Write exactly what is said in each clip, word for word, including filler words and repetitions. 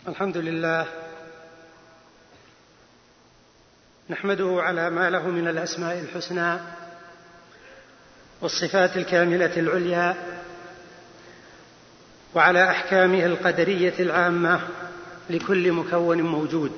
الحمد لله نحمده على ما له من الأسماء الحسنى والصفات الكاملة العليا، وعلى أحكامه القدرية العامة لكل مكون موجود،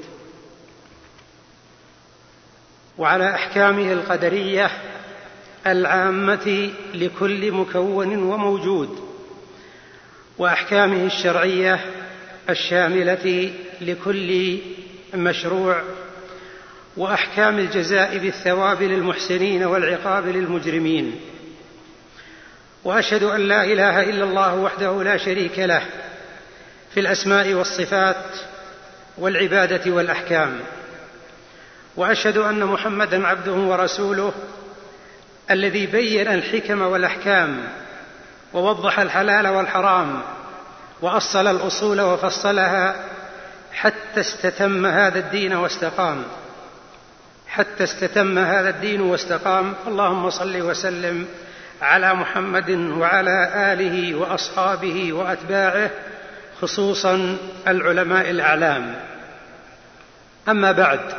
وعلى أحكامه القدرية العامة لكل مكون وموجود، وأحكامه الشرعية الشاملة لكل مشروع، وأحكام الجزاء بالثواب للمحسنين والعقاب للمجرمين. وأشهد أن لا إله إلا الله وحده لا شريك له في الأسماء والصفات والعبادة والأحكام، وأشهد أن محمدًا عبده ورسوله الذي بين الحكم والأحكام ووضح الحلال والحرام وأصل الأصول وفصلها حتى استتم هذا الدين واستقام حتى استتم هذا الدين واستقام. اللهم صل وسلم على محمد وعلى آله وأصحابه وأتباعه، خصوصا العلماء الأعلام. أما بعد،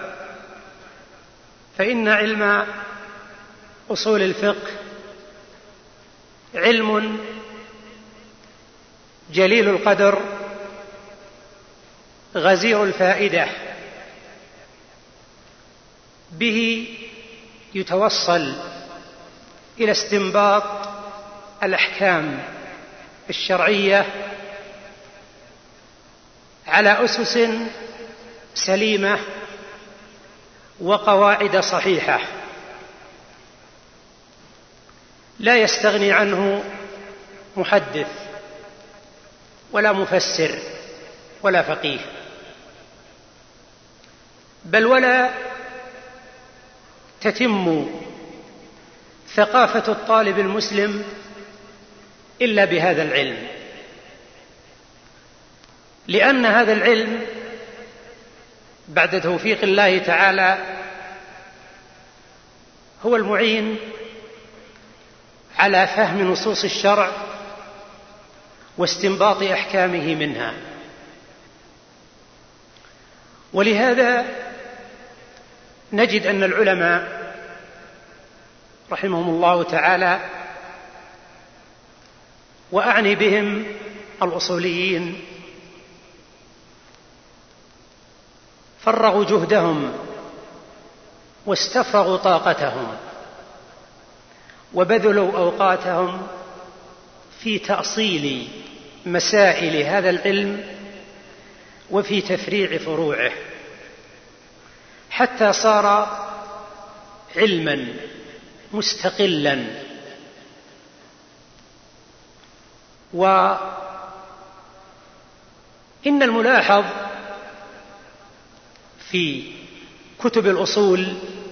فإن علم أصول الفقه علم جليل القدر غزير الفائدة، به يتوصل إلى استنباط الأحكام الشرعية على أسس سليمة وقواعد صحيحة لا يستغني عنه محدث ولا مفسر ولا فقيه، بل ولا تتم ثقافة الطالب المسلم إلا بهذا العلم، لأن هذا العلم بعد توفيق الله تعالى هو المعين على فهم نصوص الشرع واستنباط أحكامه منها. ولهذا نجد أن العلماء رحمهم الله تعالى، وأعني بهم الأصوليين، فرغوا جهدهم واستفرغوا طاقتهم وبذلوا أوقاتهم في تأصيل مسائل هذا العلم وفي تفريع فروعه، حتى صار علما مستقلا. وإن الملاحظ في كتب الأصول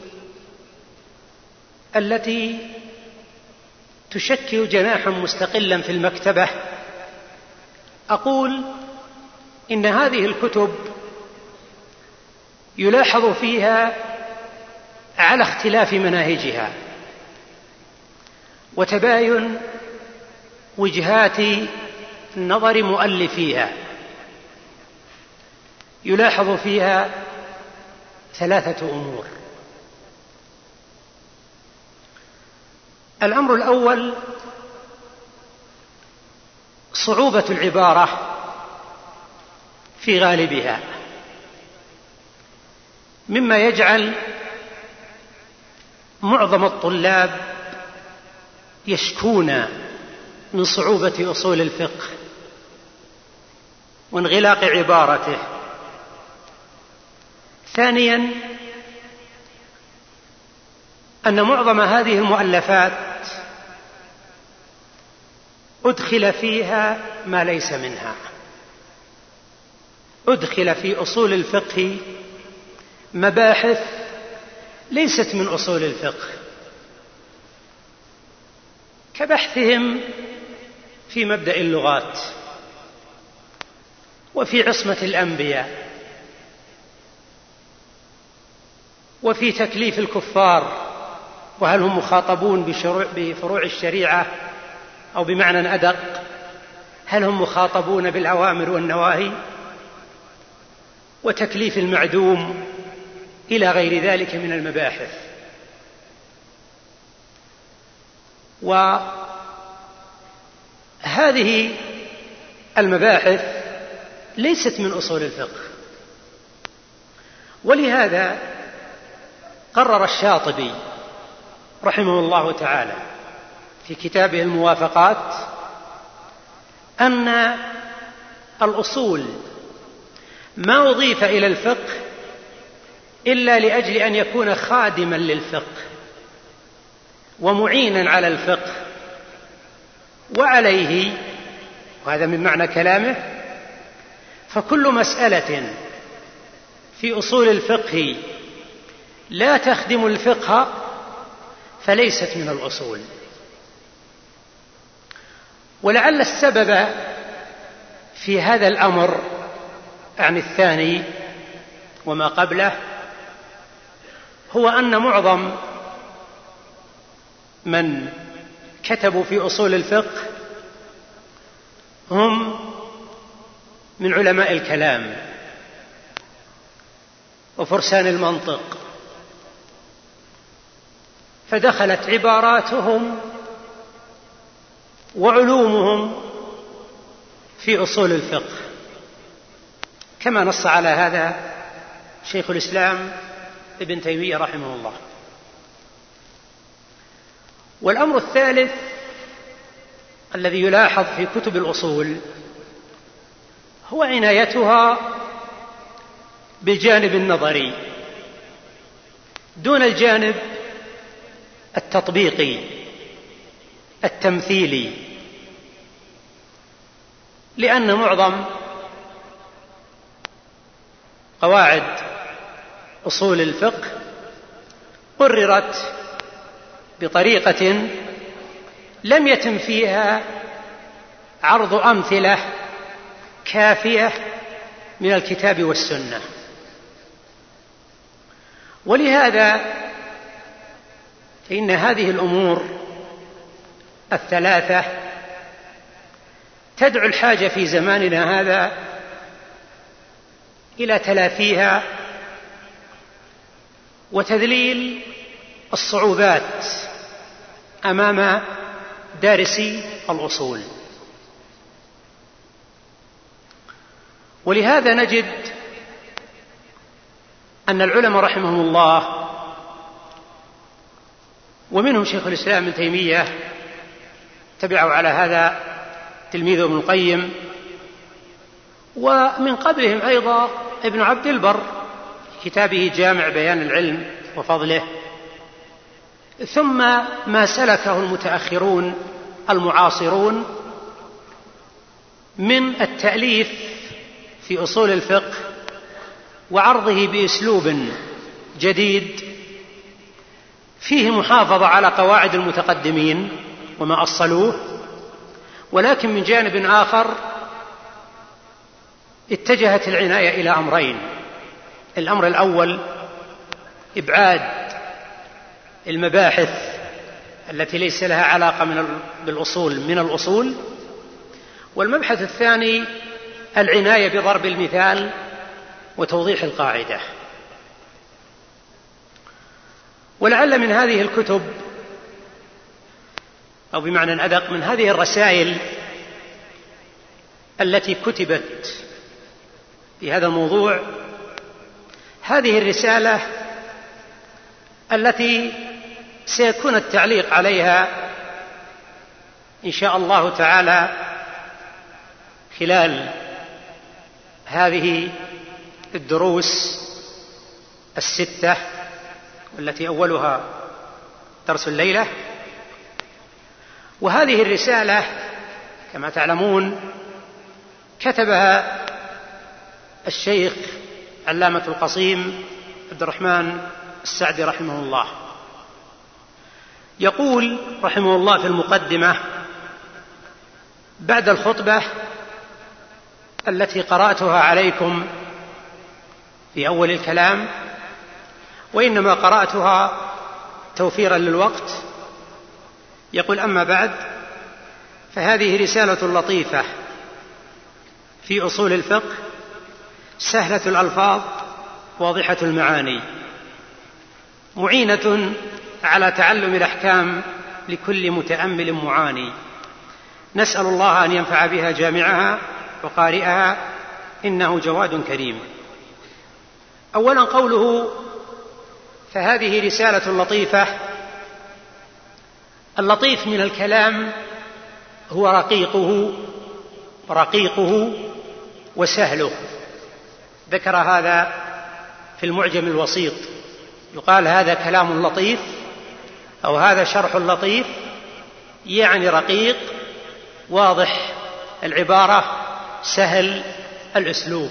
التي تشكل جناحا مستقلا في المكتبة، أقول إن هذه الكتب يلاحظ فيها على اختلاف مناهجها وتباين وجهات نظر مؤلفيها. يلاحظ فيها ثلاثة أمور. الأمر الأول صعوبة العبارة في غالبها، مما يجعل معظم الطلاب يشكون من صعوبة أصول الفقه وانغلاق عبارته. ثانيا، أن معظم هذه المؤلفات أدخل فيها ما ليس منها، أدخل في أصول الفقه مباحث ليست من أصول الفقه، كبحثهم في مبدأ اللغات وفي عصمة الأنبياء وفي تكليف الكفار، وهل هم مخاطبون بفروع الشريعة، أو بمعنى أدق هل هم مخاطبون بالأوامر والنواهي، وتكليف المعدوم إلى غير ذلك من المباحث. وهذه المباحث ليست من أصول الفقه، ولهذا قرر الشاطبي رحمه الله تعالى في كتابه الموافقات أن الأصول ما أضيف إلى الفقه إلا لأجل أن يكون خادما للفقه ومعينا على الفقه، وعليه، وهذا من معنى كلامه، فكل مسألة في أصول الفقه لا تخدم الفقه فليست من الأصول. ولعل السبب في هذا الأمر عن الثاني وما قبله هو أن معظم من كتبوا في أصول الفقه هم من علماء الكلام وفرسان المنطق، فدخلت عباراتهم وعلومهم في أصول الفقه، كما نص على هذا شيخ الإسلام ابن تيمية رحمه الله. والأمر الثالث الذي يلاحظ في كتب الأصول هو عنايتها بالجانب النظري دون الجانب التطبيقي التمثيلي، لأن معظم قواعد أصول الفقه قررت بطريقة لم يتم فيها عرض أمثلة كافية من الكتاب والسنة. ولهذا فإن هذه الأمور الثلاثة تدعو الحاجة في زماننا هذا إلى تلافيها وتذليل الصعوبات أمام دارسي الأصول. ولهذا نجد أن العلماء رحمهم الله ومنهم شيخ الإسلام ابن تيمية تبعوا على هذا تلميذه ابن القيم، ومن قبلهم أيضا ابن عبد البر في كتابه جامع بيان العلم وفضله، ثم ما سلكه المتأخرون المعاصرون من التأليف في أصول الفقه وعرضه بأسلوب جديد فيه محافظة على قواعد المتقدمين وما أصلوه، ولكن من جانب آخر اتجهت العناية إلى أمرين: الأمر الأول إبعاد المباحث التي ليس لها علاقة من بالأصول من الأصول، والمبحث الثاني العناية بضرب المثال وتوضيح القاعدة. ولعل من هذه الكتب، أو بمعنى أدق من هذه الرسائل التي كتبت في هذا الموضوع، هذه الرسالة التي سيكون التعليق عليها إن شاء الله تعالى خلال هذه الدروس الستة والتي أولها درس الليلة. وهذه الرسالة كما تعلمون كتبها الشيخ علامة القصيم عبد الرحمن السعدي رحمه الله. يقول رحمه الله في المقدمة بعد الخطبة التي قرأتها عليكم في أول الكلام، وإنما قرأتها توفيرا للوقت، يقول: أما بعد، فهذه رسالة لطيفة في أصول الفقه سهلة الألفاظ واضحة المعاني، معينة على تعلم الأحكام لكل متأمل معاني. نسأل الله أن ينفع بها جامعها وقارئها، إنه جواد كريم. أولا قوله فهذه رسالة لطيفة. اللطيف من الكلام هو رقيقه رقيقه وسهله، ذكر هذا في المعجم الوسيط، يقال هذا كلام لطيف أو هذا شرح لطيف، يعني رقيق واضح العبارة سهل الأسلوب.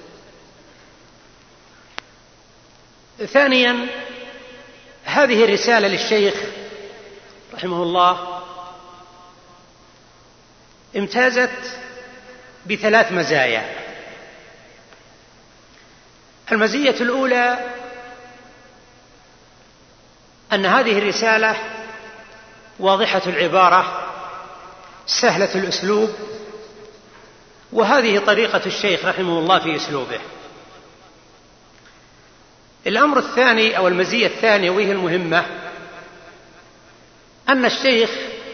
ثانيا هذه الرسالة للشيخ رحمه الله امتازت بثلاث مزايا. المزية الأولى أن هذه الرسالة واضحة العبارة سهلة الأسلوب، وهذه طريقة الشيخ رحمه الله في أسلوبه. الأمر الثاني أو المزية الثانية وهي المهمة أن الشيخ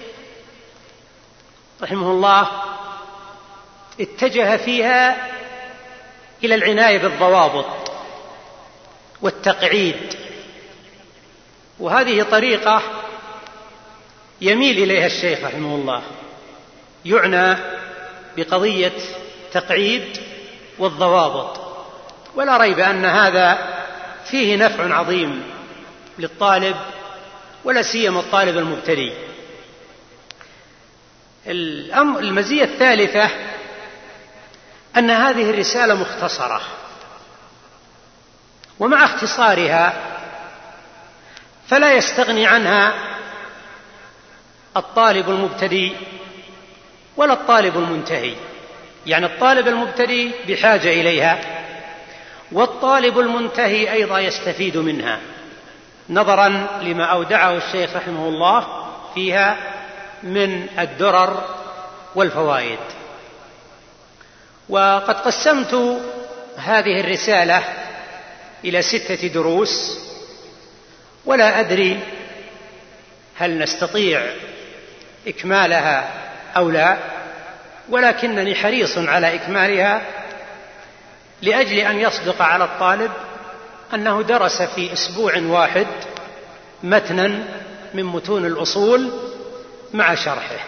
رحمه الله اتجه فيها إلى العناية بالضوابط والتقعيد، وهذه طريقة يميل إليها الشيخ رحمه الله، يعنى بقضية تقعيد والضوابط، ولا ريب أن هذا فيه نفع عظيم للطالب ولا سيما الطالب المبتدئ. المزية الثالثة أن هذه الرسالة مختصرة، ومع اختصارها فلا يستغني عنها الطالب المبتدئ ولا الطالب المنتهي، يعني الطالب المبتدئ بحاجة إليها، والطالب المنتهي أيضا يستفيد منها، نظرا لما أودعه الشيخ رحمه الله فيها من الدرر والفوائد. وقد قسمت هذه الرسالة إلى ستة دروس، ولا أدري هل نستطيع إكمالها أو لا، ولكنني حريص على إكمالها لأجل أن يصدق على الطالب أنه درس في أسبوع واحد متنا من متون الأصول مع شرحه.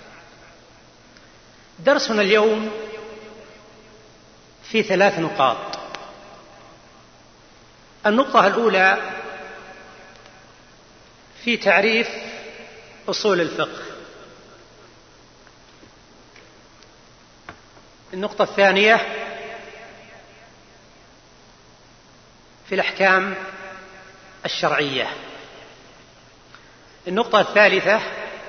درسنا اليوم في ثلاث نقاط. النقطة الأولى في تعريف أصول الفقه. النقطة الثانية في الأحكام الشرعية. النقطة الثالثة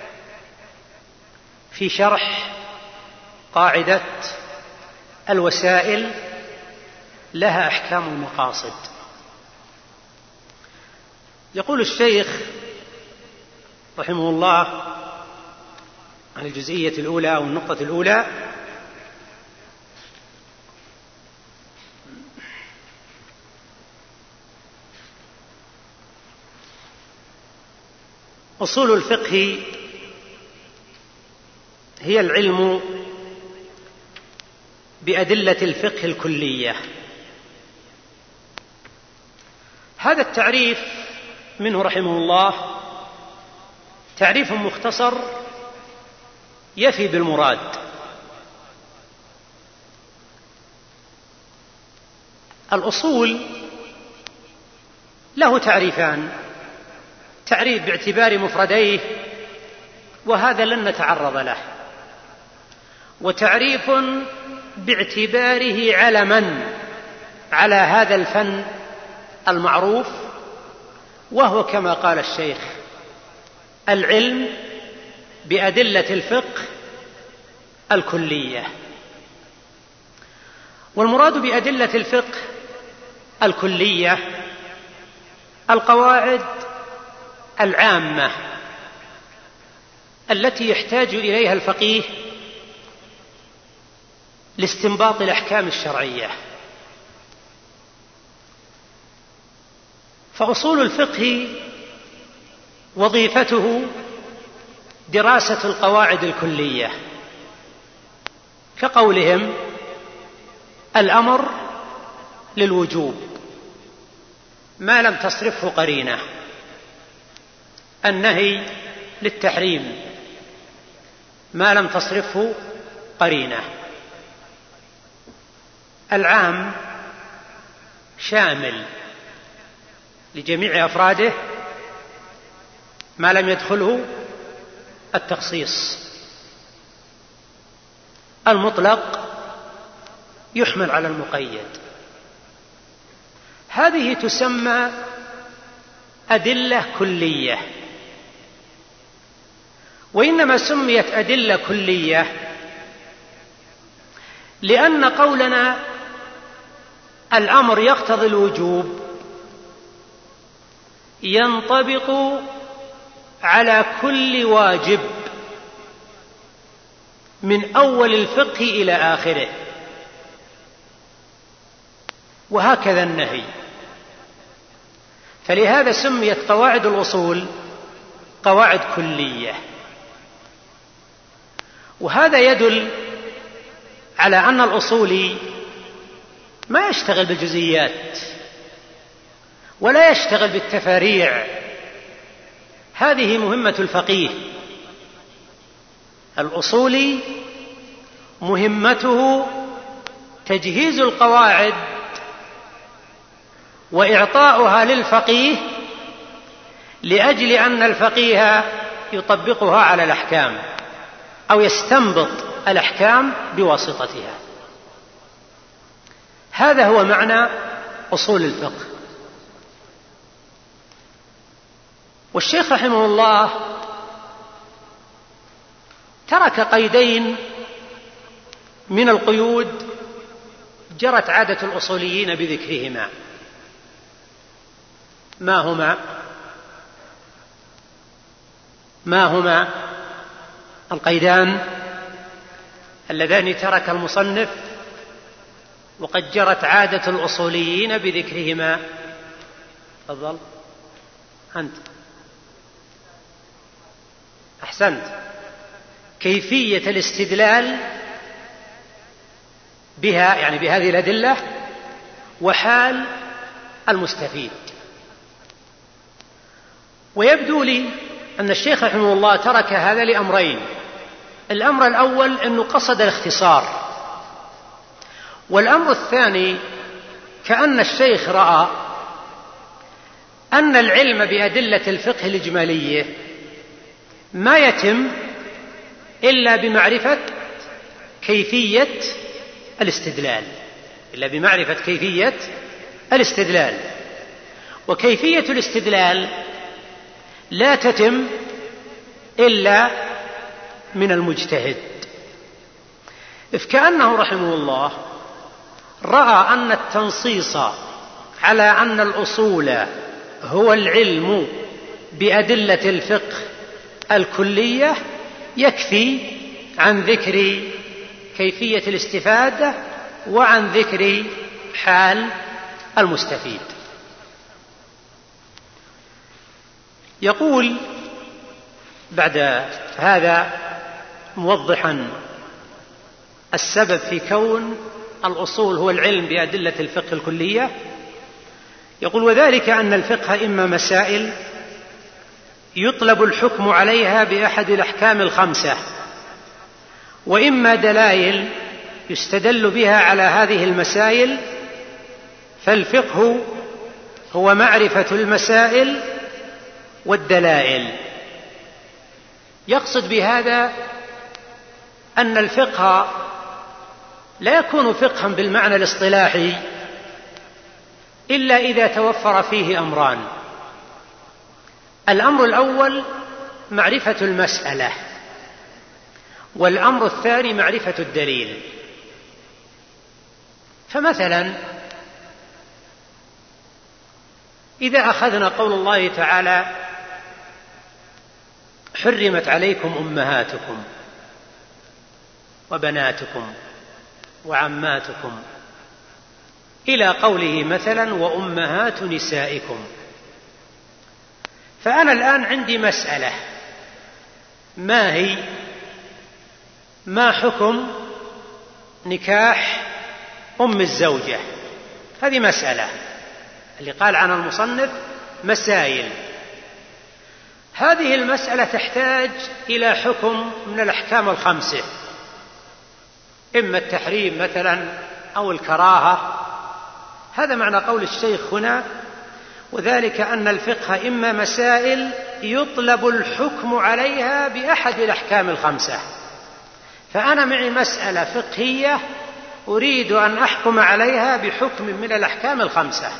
في شرح قاعدة الوسائل لها أحكام المقاصد. يقول الشيخ رحمه الله عن الجزئية الأولى أو النقطة الأولى: أصول الفقه هي العلم بأدلة الفقه الكلية. هذا التعريف منه رحمه الله تعريف مختصر يفي بالمراد. الأصول له تعريفان: تعريف باعتبار مفرديه وهذا لن نتعرض له، وتعريف باعتباره علما على هذا الفن المعروف، وهو كما قال الشيخ: العلم بأدلة الفقه الكلية. والمراد بأدلة الفقه الكلية القواعد العامة التي يحتاج إليها الفقيه لاستنباط الأحكام الشرعية. فأصول الفقه وظيفته دراسة القواعد الكلية، كقولهم الأمر للوجوب ما لم تصرفه قرينة، النهي للتحريم ما لم تصرفه قرينة. العام شامل لجميع أفراده ما لم يدخله التخصيص، المطلق يحمل على المقيد. هذه تسمى أدلة كلية، وإنما سميت أدلة كلية لأن قولنا الأمر يقتضي الوجوب ينطبق على كل واجب من أول الفقه إلى آخره، وهكذا النهي. فلهذا سميت قواعد الأصول قواعد كلية، وهذا يدل على أن الأصولي ما يشتغل بالجزئيات ولا يشتغل بالتفاريع، هذه مهمة الفقيه. الأصولي مهمته تجهيز القواعد وإعطاؤها للفقيه لأجل أن الفقيه يطبقها على الأحكام أو يستنبط الأحكام بواسطتها. هذا هو معنى أصول الفقه. والشيخ رحمه الله ترك قيدين من القيود جرت عادة الأصوليين بذكرهما. ما هما؟ ما هما القيدان اللذان ترك المصنف وقد جرت عادة الأصوليين بذكرهما؟ تفضل أنت. أحسنت. كيفية الاستدلال بها، يعني بهذه الأدلة، وحال المستفيد. ويبدو لي أن الشيخ رحمه الله ترك هذا لأمرين. الأمر الأول أنه قصد الاختصار، والأمر الثاني كأن الشيخ رأى أن العلم بأدلة الفقه الإجمالية ما يتم إلا بمعرفة كيفية الاستدلال إلا بمعرفة كيفية الاستدلال وكيفية الاستدلال لا تتم إلا من المجتهد. إذ كأنه رحمه الله رأى أن التنصيص على أن الأصول هو العلم بأدلة الفقه الكلية يكفي عن ذكر كيفية الاستفادة وعن ذكر حال المستفيد. يقول بعد هذا موضحا السبب في كون الأصول هو العلم بأدلة الفقه الكلية، يقول: وذلك أن الفقه إما مسائل يطلب الحكم عليها بأحد الأحكام الخمسة، وإما دلائل يستدل بها على هذه المسائل. فالفقه هو معرفة المسائل والدلائل. يقصد بهذا أن الفقه لا يكون فقها بالمعنى الاصطلاحي إلا إذا توفر فيه أمران: الأمر الأول معرفة المسألة، والأمر الثاني معرفة الدليل. فمثلا إذا أخذنا قول الله تعالى: حرمت عليكم أمهاتكم وبناتكم وعماتكم، إلى قوله مثلا: وأمهات نسائكم، فأنا الآن عندي مسألة، ما هي؟ ما حكم نكاح أم الزوجة؟ هذه مسألة اللي قال عنها المصنف مسائل. هذه المسألة تحتاج إلى حكم من الأحكام الخمسة، إما التحريم مثلا أو الكراهة. هذا معنى قول الشيخ هنا، وذلك أن الفقه إما مسائل يطلب الحكم عليها بأحد الأحكام الخمسة. فأنا معي مسألة فقهية أريد أن أحكم عليها بحكم من الأحكام الخمسة.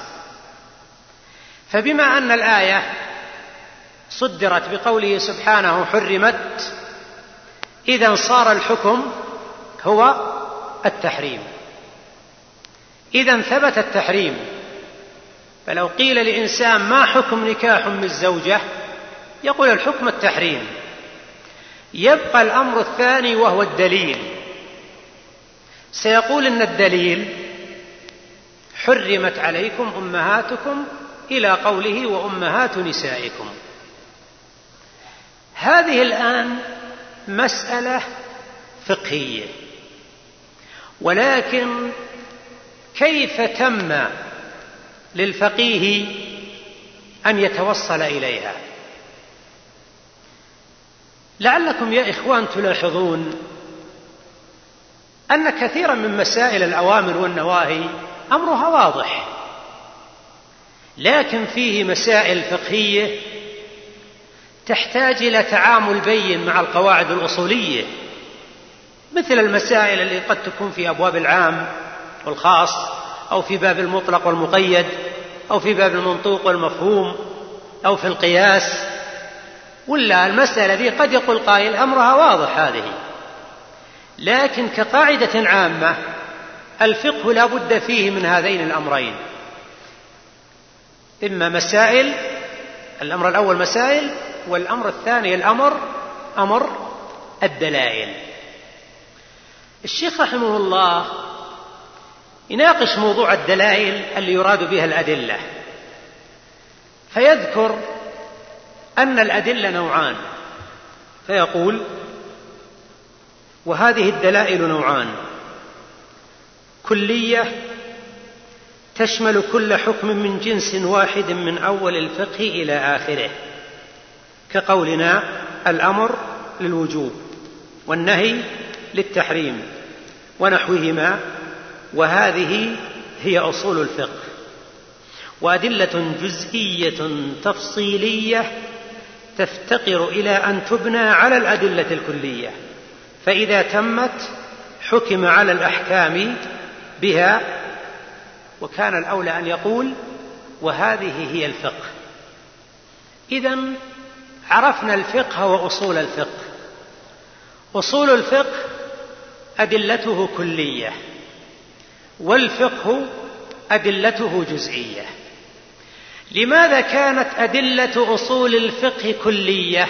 فبما أن الآية صدرت بقوله سبحانه حرمت، إذن صار الحكم هو التحريم، إذن ثبت التحريم. فلو قيل لإنسان ما حكم نكاح أم الزوجة؟ يقول الحكم التحريم. يبقى الأمر الثاني وهو الدليل. سيقول إن الدليل حرمت عليكم أمهاتكم إلى قوله وأمهات نسائكم. هذه الآن مسألة فقهية، ولكن كيف تم للفقيه أن يتوصل إليها؟ لعلكم يا إخوان تلاحظون أن كثيرا من مسائل الأوامر والنواهي أمرها واضح، لكن فيه مسائل فقهية تحتاج إلى تعامل بين مع القواعد الأصولية، مثل المسائل اللي قد تكون في أبواب العام والخاص، أو في باب المطلق والمقيد، أو في باب المنطوق والمفهوم، أو في القياس. ولا المسألة دي قد يقول قائل أمرها واضح هذه، لكن كقاعدة عامة الفقه لا بد فيه من هذين الأمرين، إما مسائل، الأمر الأول مسائل، والأمر الثاني الأمر أمر الدلائل. الشيخ رحمه الله يناقش موضوع الدلائل اللي يراد بها الأدلة، فيذكر أن الأدلة نوعان، فيقول وهذه الدلائل نوعان: كلية تشمل كل حكم من جنس واحد من أول الفقه إلى آخره، كقولنا الأمر للوجوب والنهي للتحريم ونحوهما، وهذه هي أصول الفقه. وأدلة جزئية تفصيلية تفتقر إلى أن تبنى على الأدلة الكلية، فإذا تمت حكم على الأحكام بها. وكان الأولى أن يقول وهذه هي الفقه. إذن عرفنا الفقه وأصول الفقه. أصول الفقه أدلته كلية، والفقه أدلته جزئية. لماذا كانت أدلة أصول الفقه كلية؟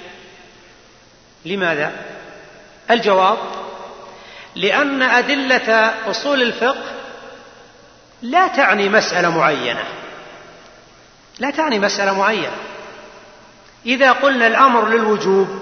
لماذا؟ الجواب: لأن أدلة أصول الفقه لا تعني مسألة معينة، لا تعني مسألة معينة. إذا قلنا الأمر للوجوب،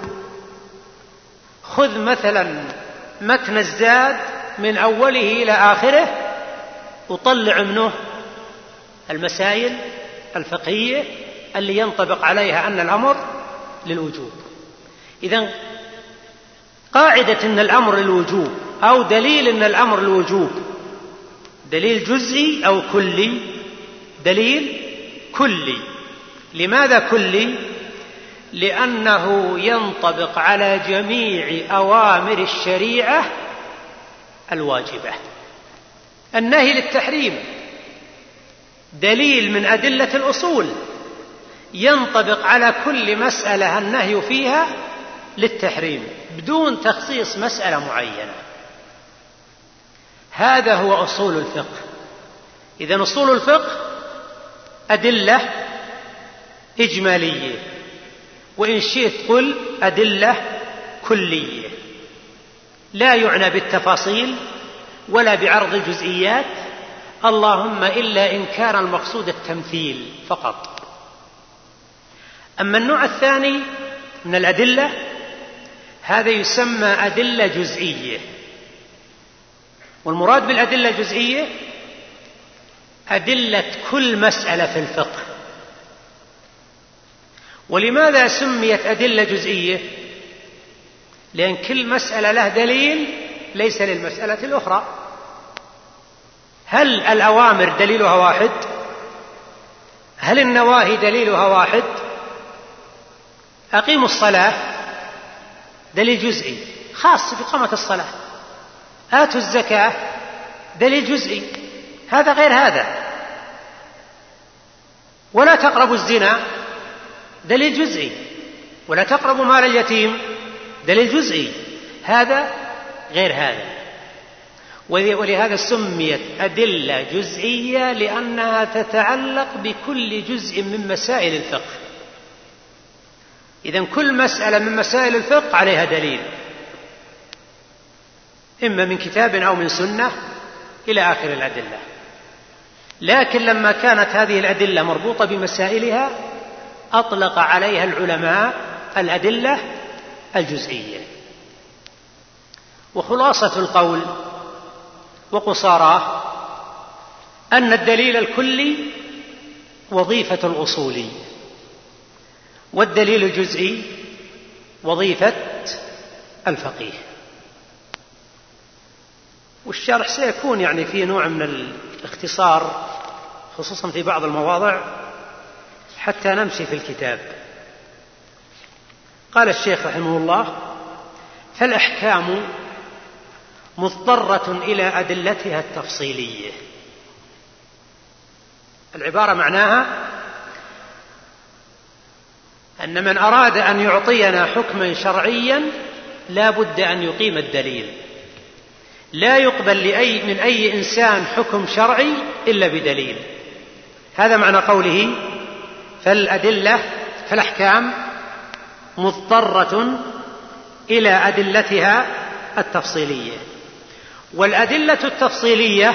خذ مثلا متن الزاد من أوله إلى آخره وطلع منه المسائل الفقهية اللي ينطبق عليها أن الأمر للوجوب. إذن قاعدة أن الأمر للوجوب أو دليل أن الأمر للوجوب دليل جزئي أو كلي؟ دليل كلي. لماذا كلي؟ لأنه ينطبق على جميع أوامر الشريعة الواجبة. النهي للتحريم دليل من أدلة الأصول، ينطبق على كل مسألة النهي فيها للتحريم بدون تخصيص مسألة معينة. هذا هو أصول الفقه. إذن أصول الفقه أدلة إجمالية، وإن شئت قل أدلة كلية، لا يعنى بالتفاصيل ولا بعرض الجزئيات، اللهم إلا إن كان المقصود التمثيل فقط. أما النوع الثاني من الأدلة هذا يسمى أدلة جزئية. والمراد بالأدلة الجزئية أدلة كل مسألة في الفقه. ولماذا سميت أدلة جزئية؟ لأن كل مسألة له دليل ليس للمسألة الأخرى. هل الأوامر دليلها واحد؟ هل النواهي دليلها واحد؟ أقيموا الصلاة دليل جزئي خاص بإقامة الصلاة. آتوا الزكاة دليل جزئي، هذا غير هذا. ولا تقربوا الزنا دليل جزئي، ولا تقربوا مال اليتيم دليل جزئي، هذا غير هذا. ولهذا سميت أدلة جزئية لأنها تتعلق بكل جزء من مسائل الفقه. إذن كل مسألة من مسائل الفقه عليها دليل، إما من كتاب أو من سنة إلى آخر الأدلة. لكن لما كانت هذه الأدلة مربوطة بمسائلها أطلق عليها العلماء الأدلة الجزئية. وخلاصة القول وقصاراه أن الدليل الكلي وظيفة الأصولي، والدليل الجزئي وظيفة الفقيه. والشرح سيكون يعني فيه نوع من الاختصار خصوصا في بعض المواضع حتى نمشي في الكتاب. قال الشيخ رحمه الله: فالأحكام مضطرة إلى أدلتها التفصيلية. العبارة معناها أن من أراد أن يعطينا حكما شرعيا لا بد أن يقيم الدليل. لا يقبل لأي من أي إنسان حكم شرعي إلا بدليل. هذا معنى قوله فالأدلة فالأحكام مضطرة إلى أدلتها التفصيلية. والأدلة التفصيلية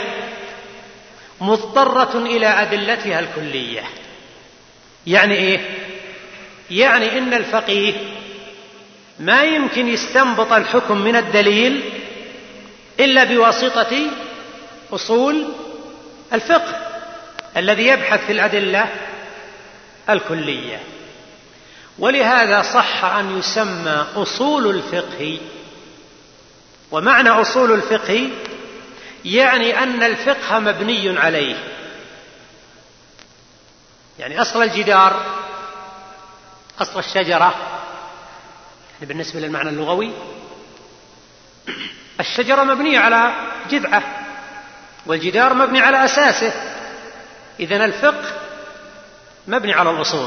مضطرة إلى أدلتها الكلية. يعني إيه؟ يعني إن الفقيه ما يمكن يستنبط الحكم من الدليل إلا بواسطة أصول الفقه الذي يبحث في الأدلة الكلية. ولهذا صح أن يسمى أصول الفقه. ومعنى أصول الفقه يعني أن الفقه مبني عليه. يعني أصل الجدار، أصل الشجرة بالنسبة للمعنى اللغوي، الشجرة مبنية على جذعه والجدار مبني على أساسه. إذن الفقه مبني على الأصول.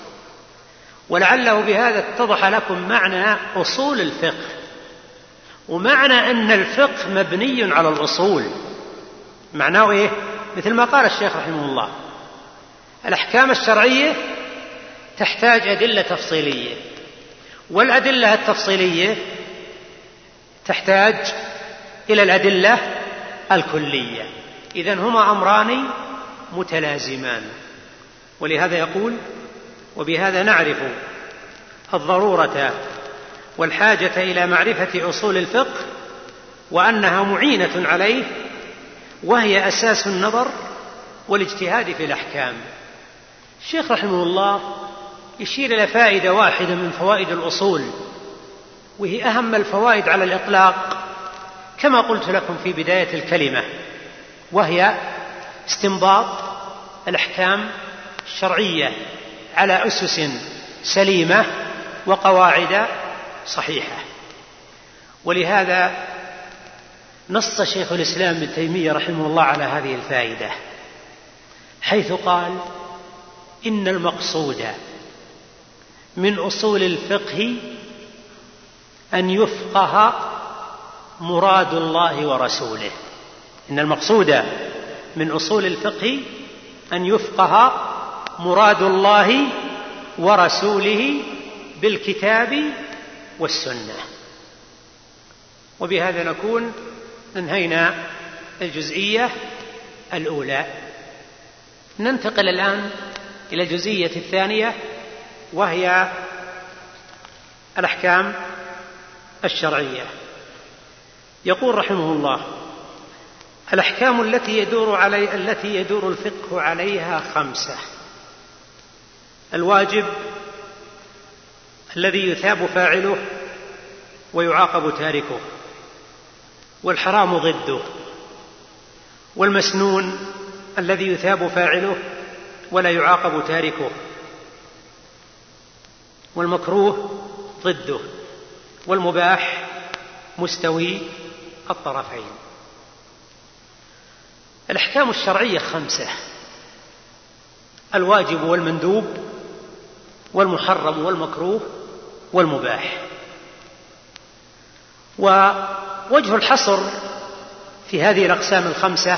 ولعله بهذا اتضح لكم معنى أصول الفقه، ومعنى أن الفقه مبني على الأصول معناه إيه؟ مثل ما قال الشيخ رحمه الله: الأحكام الشرعية تحتاج أدلة تفصيلية، والأدلة التفصيلية تحتاج إلى الأدلة الكلية. إذن هما أمران متلازمان. ولهذا يقول: وبهذا نعرف الضرورة والحاجة إلى معرفة أصول الفقه وأنها معينة عليه، وهي أساس النظر والاجتهاد في الأحكام. الشيخ رحمه الله يشير إلى فائدة واحدة من فوائد الأصول، وهي أهم الفوائد على الإطلاق كما قلت لكم في بداية الكلمة، وهي استنباط الأحكام الشرعية على أسس سليمة وقواعد صحيحة. ولهذا نص شيخ الإسلام ابن تيمية رحمه الله على هذه الفائدة، حيث قال: إن المقصود من أصول الفقه أن يفقه مراد الله ورسوله. إن المقصود من أصول الفقه أن يفقه مراد الله ورسوله بالكتاب والسنة. وبهذا نكون انهينا الجزئية الأولى. ننتقل الآن إلى الجزئية الثانية، وهي الأحكام الشرعية. يقول رحمه الله: الأحكام التي يدور علي التي يدور الفقه عليها خمسة: الواجب الذي يثاب فاعله ويعاقب تاركه، والحرام ضده، والمسنون الذي يثاب فاعله ولا يعاقب تاركه، والمكروه ضده، والمباح مستوي الطرفين. الأحكام الشرعية خمسة: الواجب والمندوب والمحرم والمكروه والمباح. ووجه الحصر في هذه الأقسام الخمسة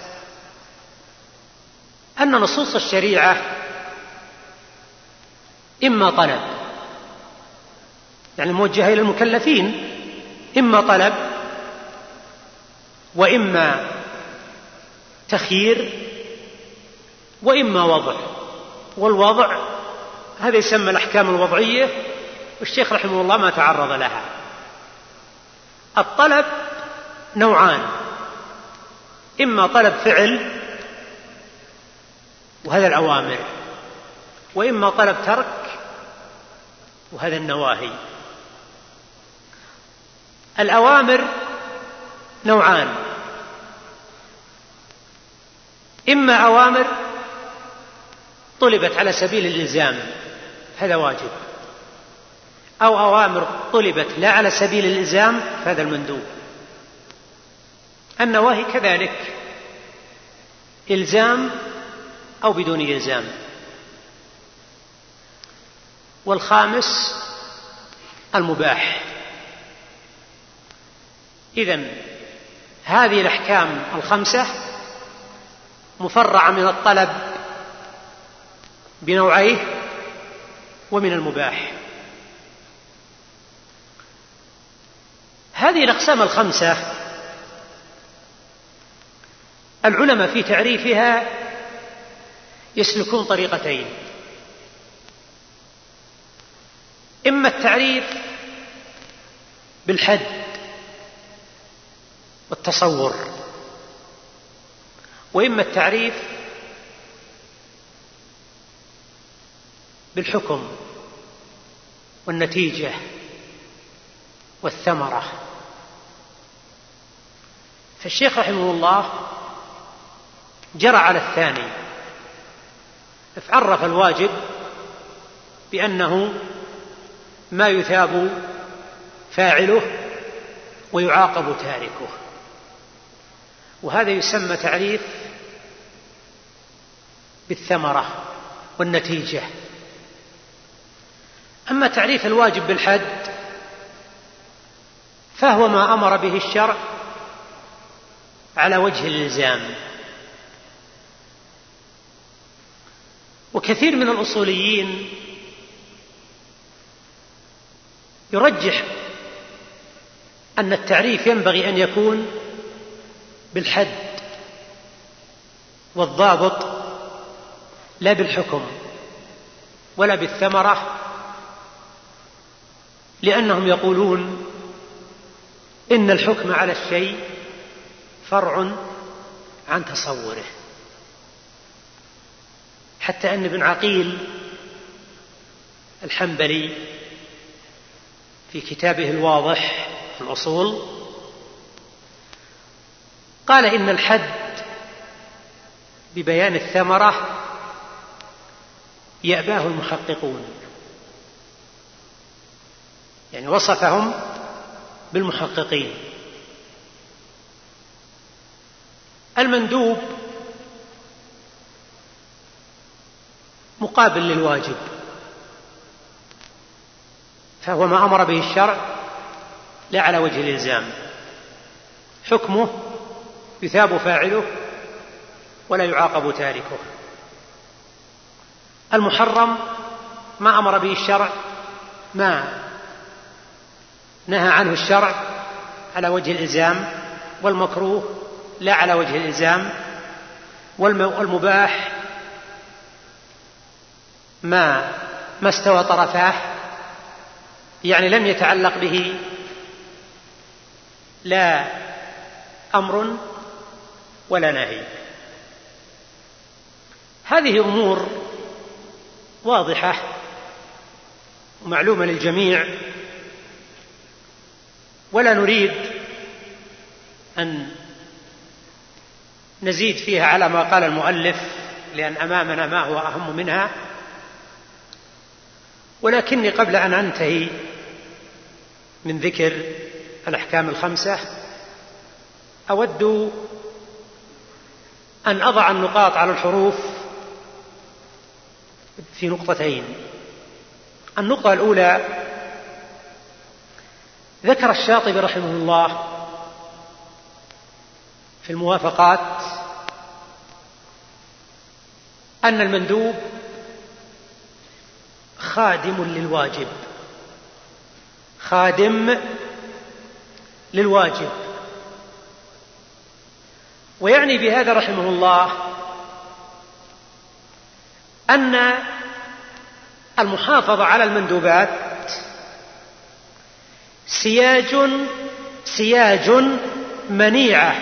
أن نصوص الشريعة إما طلب، يعني موجهة إلى المكلفين، إما طلب وإما تخيير وإما وضع. والوضع هذا يسمى الأحكام الوضعية، والشيخ رحمه الله ما تعرض لها. الطلب نوعان: إما طلب فعل وهذا الأوامر، وإما طلب ترك وهذا النواهي. الأوامر نوعان: إما أوامر طلبت على سبيل الإلزام هذا واجب، أو أوامر طلبت لا على سبيل الإلزام فهذا المندوب. النواهي كذلك، إلزام أو بدون إلزام. والخامس المباح. إذن هذه الأحكام الخمسة مفرعة من الطلب بنوعيه ومن المباح. هذه الأقسام الخمسة العلماء في تعريفها يسلكون طريقتين: إما التعريف بالحد والتصور، وإما التعريف بالحكم والنتيجة والثمرة. فالشيخ رحمه الله جرى على الثاني، فعرف الواجب بأنه ما يثاب فاعله ويعاقب تاركه، وهذا يسمى تعريف بالثمرة والنتيجة. أما تعريف الواجب بالحد فهو ما أمر به الشرع على وجه الإلزام. وكثير من الأصوليين يرجح أن التعريف ينبغي أن يكون بالحد والضابط لا بالحكم ولا بالثمرة، لأنهم يقولون إن الحكم على الشيء فرع عن تصوره. حتى أن ابن عقيل الحنبلي في كتابه الواضح في الأصول قال إن الحد ببيان الثمرة يأباه المحققون، يعني وصفهم بالمحققين. المندوب مقابل للواجب، فهو ما أمر به الشرع لا على وجه الإلزام، حكمه يثاب فاعله ولا يعاقب تاركه. المحرم ما أمر به الشرع، ما نهى عنه الشرع على وجه الإلزام، والمكروه لا على وجه الإلزام. والمباح ما ما استوى طرفاه، يعني لم يتعلق به لا أمر ولا نهي. هذه أمور واضحة ومعلومة للجميع، ولا نريد أن نزيد فيها على ما قال المؤلف، لأن أمامنا ما هو أهم منها. ولكني قبل أن أنتهي من ذكر الأحكام الخمسة أود أن أضع النقاط على الحروف في نقطتين. النقطة الأولى، ذكر الشاطبي رحمه الله في الموافقات أن المندوب خادم للواجب، خادم للواجب، ويعني بهذا رحمه الله أن المحافظة على المندوبات سياج سياج منيعة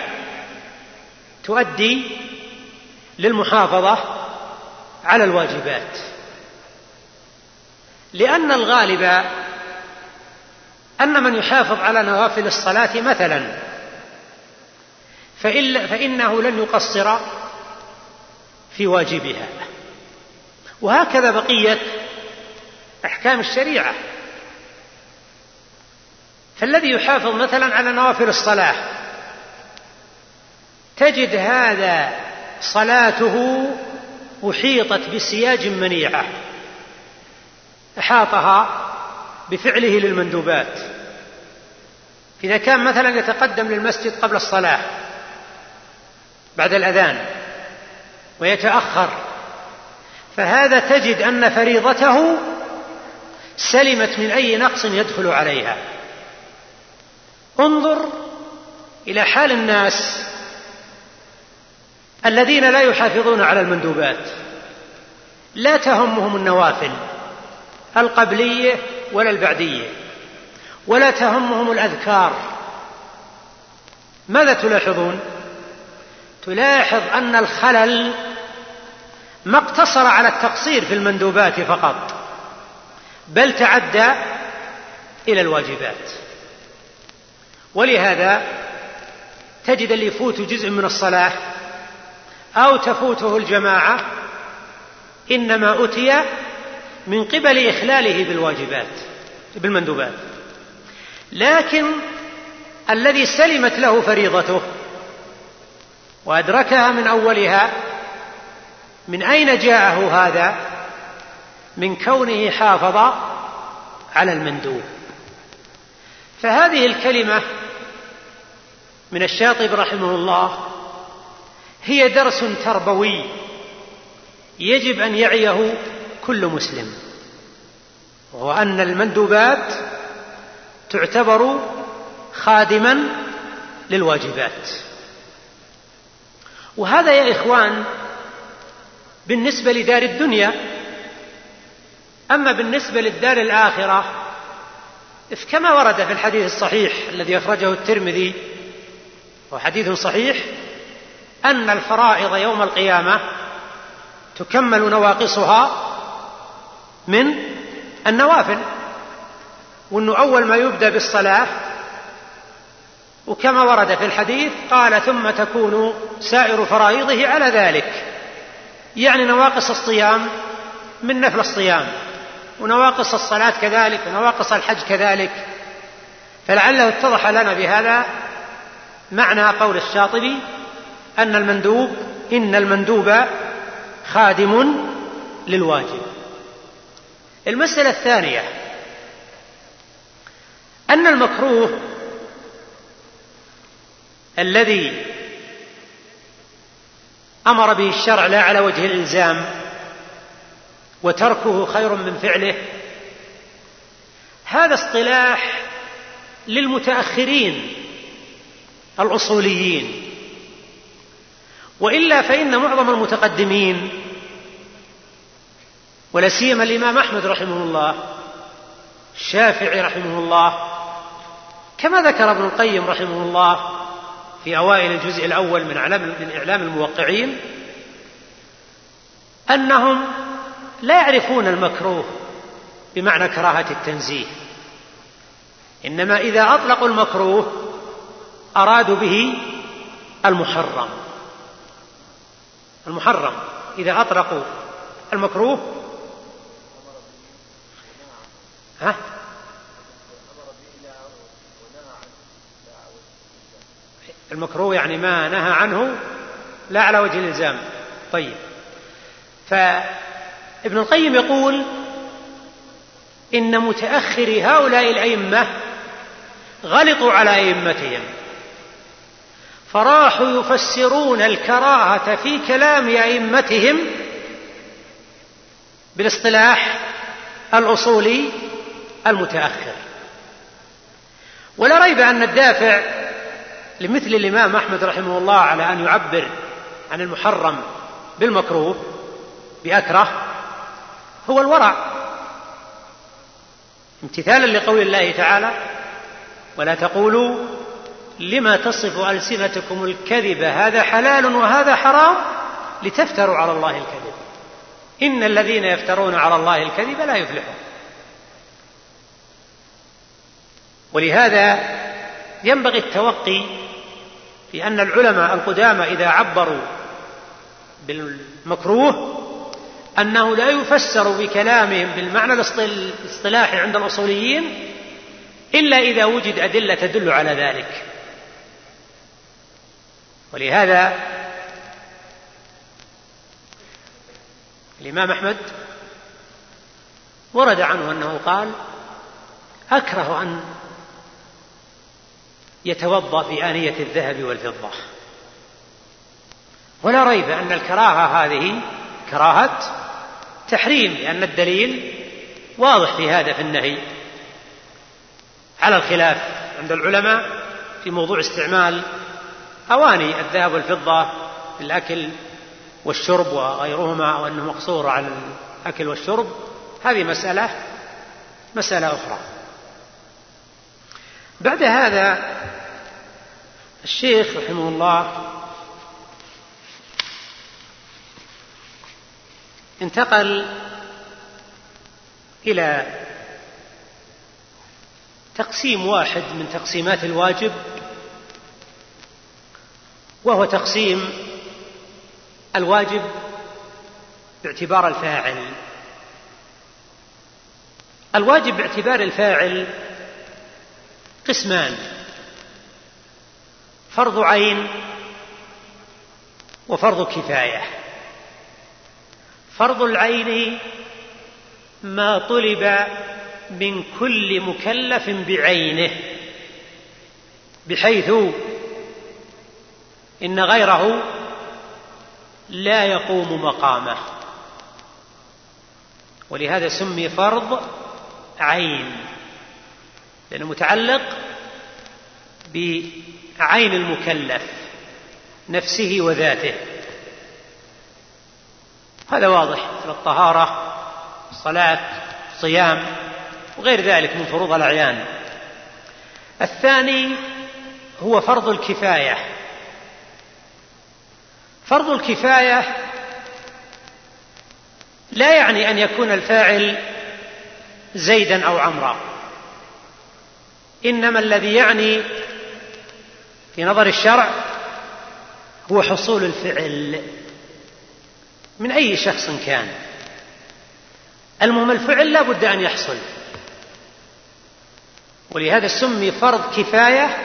تؤدي للمحافظة على الواجبات، لأن الغالب أن من يحافظ على نوافل الصلاة مثلا فإنه لن يقصر في واجبها، وهكذا بقية أحكام الشريعة. فالذي يحافظ مثلا على نوافل الصلاة تجد هذا صلاته أحيطت بسياج منيعة أحاطها بفعله للمندوبات. إذا كان مثلا يتقدم للمسجد قبل الصلاة بعد الأذان ويتأخر، فهذا تجد أن فريضته سلمت من أي نقص يدخل عليها. انظر إلى حال الناس الذين لا يحافظون على المندوبات، لا تهمهم النوافل القبلية ولا البعدية، ولا تهمهم الأذكار. ماذا تلاحظون؟ تلاحظ أن الخلل ما اقتصر على التقصير في المندوبات فقط، بل تعدى إلى الواجبات. ولهذا تجد اللي يفوت جزء من الصلاة أو تفوته الجماعة إنما أتي من قبل إخلاله بالواجبات بالمندوبات. لكن الذي سلمت له فريضته وأدركها من أولها، من أين جاءه هذا؟ من كونه حافظ على المندوب. فهذه الكلمة من الشاطبي رحمه الله هي درس تربوي يجب أن يعيه كل مسلم، وهو أن المندوبات تعتبر خادما للواجبات. وهذا يا إخوان بالنسبة لدار الدنيا. أما بالنسبة للدار الآخرة كما ورد في الحديث الصحيح الذي أخرجه الترمذي، وحديث صحيح، أن الفرائض يوم القيامة تكمل نواقصها من النوافل، وأنه أول ما يبدأ بالصلاة، وكما ورد في الحديث قال ثم تكون سائر فرائضه على ذلك، يعني نواقص الصيام من نفل الصيام، ونواقص الصلاة كذلك، ونواقص الحج كذلك. فلعله اتضح لنا بهذا معنى قول الشاطبي أن المندوب إن المندوب خادم للواجب. المسألة الثانية أن المكروه الذي أمر به الشرع لا على وجه الإلزام وتركه خير من فعله، هذا اصطلاح للمتأخرين الأصوليين، وإلا فإن معظم المتقدمين ولا سيما الإمام أحمد رحمه الله، الشافعي رحمه الله، كما ذكر ابن القيم رحمه الله في أوائل الجزء الأول من إعلام الموقعين، أنهم لا يعرفون المكروه بمعنى كراهة التنزيه، إنما إذا أطلقوا المكروه أرادوا به المحرم. المحرم إذا أطلقوا المكروه ها؟ المكروه يعني ما نهى عنه لا على وجه الإلزام. طيب، فابن القيم يقول إن متأخري هؤلاء الأئمة غلطوا على أئمتهم، فراحوا يفسرون الكراهة في كلام أئمتهم بالاصطلاح الأصولي المتأخر. ولا ريب أن الدافع لمثل الإمام أحمد رحمه الله على أن يعبر عن المحرم بالمكروه بأكره هو الورع، امتثالا لقول الله تعالى: ولا تقولوا لما تصف ألسنتكم الكذب هذا حلال وهذا حرام لتفتروا على الله الكذب إن الذين يفترون على الله الكذب لا يفلحون. ولهذا ينبغي التوقي في أن العلماء القدامى إذا عبروا بالمكروه أنه لا يفسر بكلامهم بالمعنى الاصطلاحي عند الأصوليين إلا إذا وجد أدلة تدل على ذلك. ولهذا الإمام أحمد ورد عنه أنه قال: أكره أن يتوضأ في آنية الذهب والفضة. ولا ريب أن الكراهة هذه كراهة تحريم، لأن الدليل واضح في هذا في النهي، على الخلاف عند العلماء في موضوع استعمال أواني الذهب والفضة في الأكل والشرب وغيرهما، أو أنه مقصور على الأكل والشرب، هذه مسألة مسألة أخرى. بعد هذا الشيخ رحمه الله انتقل إلى تقسيم واحد من تقسيمات الواجب، وهو تقسيم الواجب باعتبار الفاعل. الواجب باعتبار الفاعل قسمان: فرض عين وفرض كفاية. فرض العين ما طلب من كل مكلف بعينه، بحيث إن غيره لا يقوم مقامه، ولهذا سمي فرض عين، لأنه متعلق بعين المكلف نفسه وذاته. هذا واضح في الطهارة، الصلاة، الصيام وغير ذلك من فروض الأعيان. الثاني هو فرض الكفاية. فرض الكفاية لا يعني أن يكون الفاعل زيدا أو عمرا، إنما الذي يعني في نظر الشرع هو حصول الفعل من أي شخص كان. المهم الفعل لا بد أن يحصل، ولهذا سمي فرض كفاية،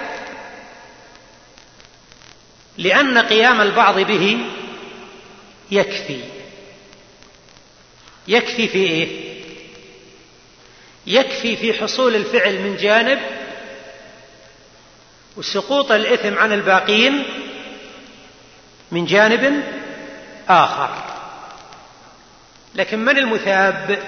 لأن قيام البعض به يكفي. يكفي في إيه؟ يكفي في حصول الفعل من جانب، وسقوط الإثم عن الباقين من جانب آخر. لكن من المثاب؟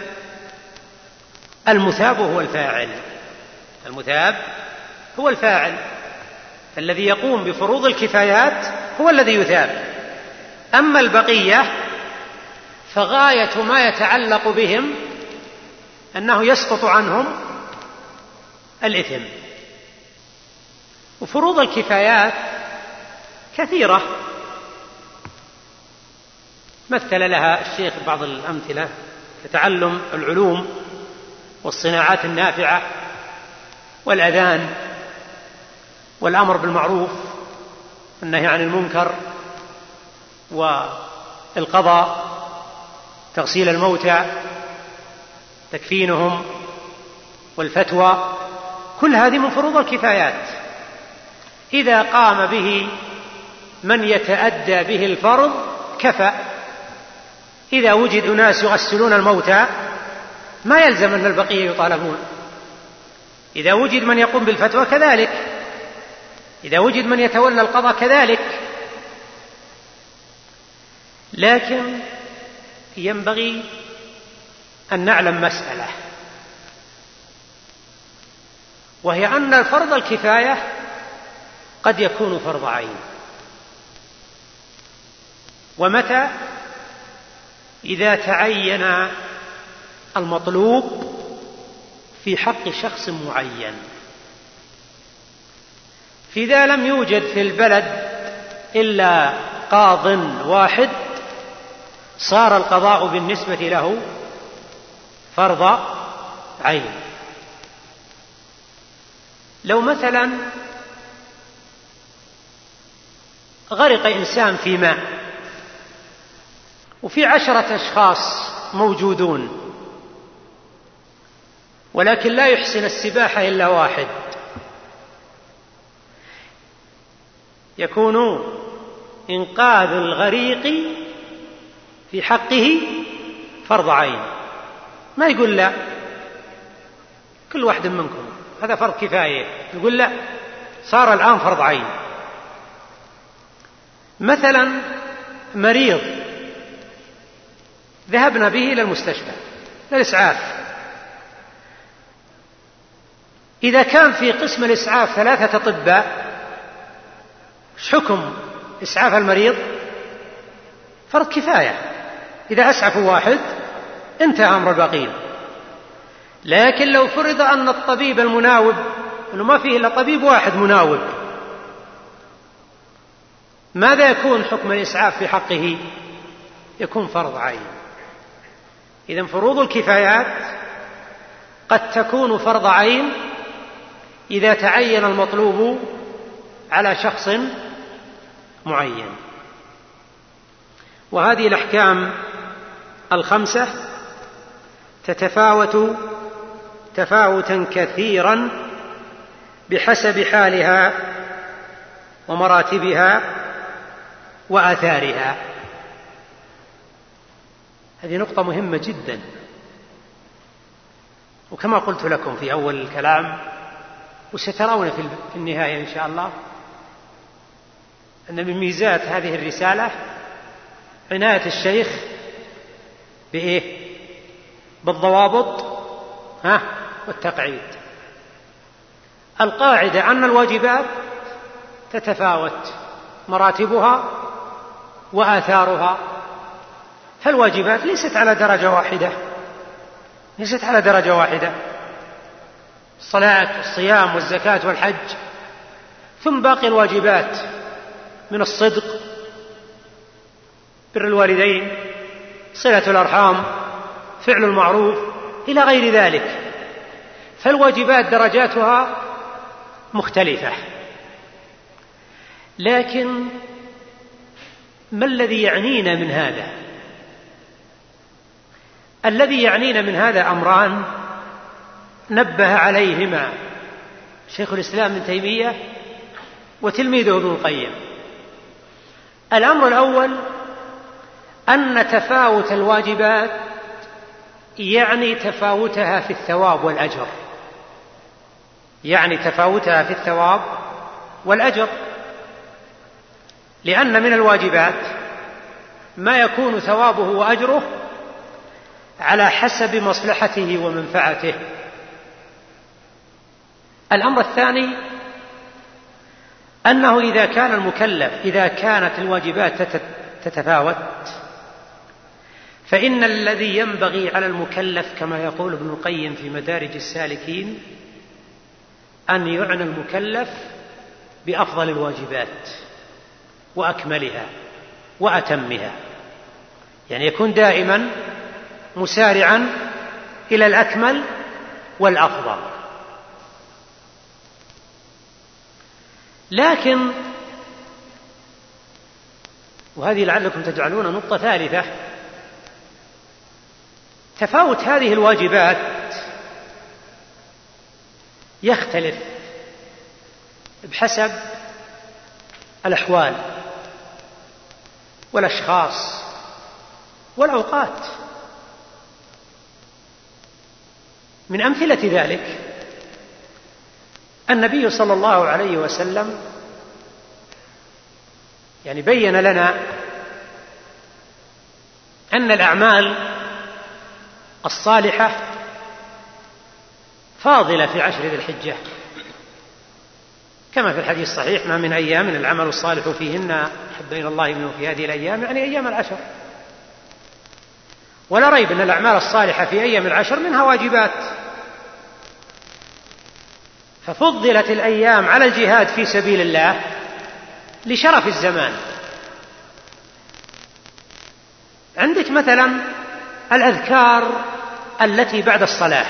المثاب هو الفاعل. المثاب هو الفاعل، فالذي يقوم بفروض الكفايات هو الذي يثاب. أما البقية فغاية ما يتعلق بهم أنه يسقط عنهم الإثم. وفروض الكفايات كثيرة مثل لها الشيخ بعض الأمثلة كتعلم العلوم والصناعات النافعة والأذان والأمر بالمعروف والنهي عن المنكر والقضاء، تغسيل الموتى، تكفينهم، والفتوى، كل هذه من فروض الكفايات. إذا قام به من يتأدى به الفرض كفى. إذا وجد أناس يغسلون الموتى ما يلزم أن البقية يطالبون. إذا وجد من يقوم بالفتوى كذلك، إذا وجد من يتولى القضاء كذلك. لكن ينبغي أن نعلم مسألة، وهي أن الفرض الكفاية قد يكون فرض عين. ومتى؟ إذا تعين المطلوب في حق شخص معين. فإذا لم يوجد في البلد إلا قاض واحد صار القضاء بالنسبة له فرض عين. لو مثلا غرق إنسان في ماء وفي عشرة أشخاص موجودون ولكن لا يحسن السباحة إلا واحد، يكون إنقاذ الغريق في حقه فرض عين. ما يقول لا كل واحد منكم هذا فرض كفاية، يقول لا صار الآن فرض عين. مثلا مريض ذهبنا به إلى المستشفى للإسعاف، إذا كان في قسم الإسعاف ثلاثة أطباء ايش حكم إسعاف المريض؟ فرض كفاية، إذا أسعفوا واحد انتهى أمر الباقين. لكن لو فرض أن الطبيب المناوب أنه ما فيه إلا طبيب واحد مناوب، ماذا يكون حكم الإسعاف في حقه؟ يكون فرض عين. إذن فروض الكفايات قد تكون فرض عين إذا تعين المطلوب على شخص معين. وهذه الأحكام الخمسة تتفاوت تفاوتا كثيرا بحسب حالها ومراتبها وآثارها. هذه نقطة مهمة جدا. وكما قلت لكم في أول الكلام وسترون في النهاية إن شاء الله أن من ميزات هذه الرسالة عناية الشيخ بإيه؟ بالضوابط ها والتقعيد. القاعدة أن الواجبات تتفاوت مراتبها وآثارها، فالواجبات ليست على درجة واحدة، ليست على درجة واحدة، الصلاة والصيام والزكاة والحج، ثم باقي الواجبات من الصدق، بر الوالدين، صلة الأرحام، فعل المعروف، إلى غير ذلك. فالواجبات درجاتها مختلفة. لكن ما الذي يعنينا من هذا؟ الذي يعنينا من هذا أمران نبه عليهما شيخ الإسلام ابن تيمية وتلميذه ابن القيم. الأمر الأول أن تفاوت الواجبات يعني تفاوتها في الثواب والأجر، يعني تفاوتها في الثواب والأجر، لأن من الواجبات ما يكون ثوابه وأجره على حسب مصلحته ومنفعته. الأمر الثاني أنه إذا كان المكلف إذا كانت الواجبات تتفاوت فإن الذي ينبغي على المكلف كما يقول ابن القيم في مدارج السالكين أن يعنى المكلف بأفضل الواجبات وأكملها وأتمها، يعني يكون دائما مسارعا إلى الأكمل والأفضل. لكن وهذه لعلكم تجعلون نقطة ثالثة، تفاوت هذه الواجبات يختلف بحسب الأحوال والأشخاص والأوقات. من أمثلة ذلك النبي صلى الله عليه وسلم يعني بين لنا أن الأعمال الصالحة فاضلة في عشر ذي الحجة، كما في الحديث الصحيح: ما من أيام العمل الصالح فيهن أحب إلى الله منه في هذه الأيام، يعني أيام العشر. ولا ريب أن الأعمال الصالحة في أيام العشر منها واجبات، ففضلت الأيام على الجهاد في سبيل الله لشرف الزمان. عندك مثلا الأذكار التي بعد الصلاة،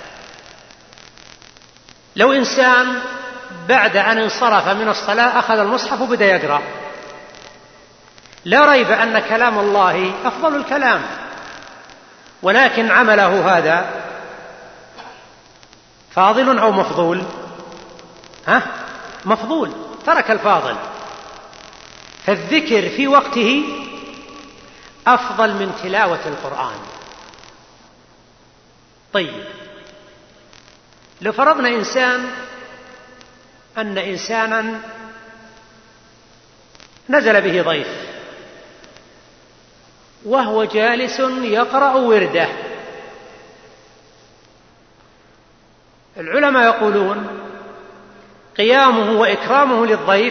لو إنسان بعد أن انصرف من الصلاة أخذ المصحف وبدأ يقرأ، لا ريب أن كلام الله أفضل الكلام، ولكن عمله هذا فاضل أو مفضول؟ ها؟ مفضول، ترك الفاضل. فالذكر في وقته أفضل من تلاوة القرآن. طيب، لو فرضنا إنسان أن إنسانا نزل به ضيف وهو جالس يقرأ ورده، العلماء يقولون قيامه وإكرامه للضيف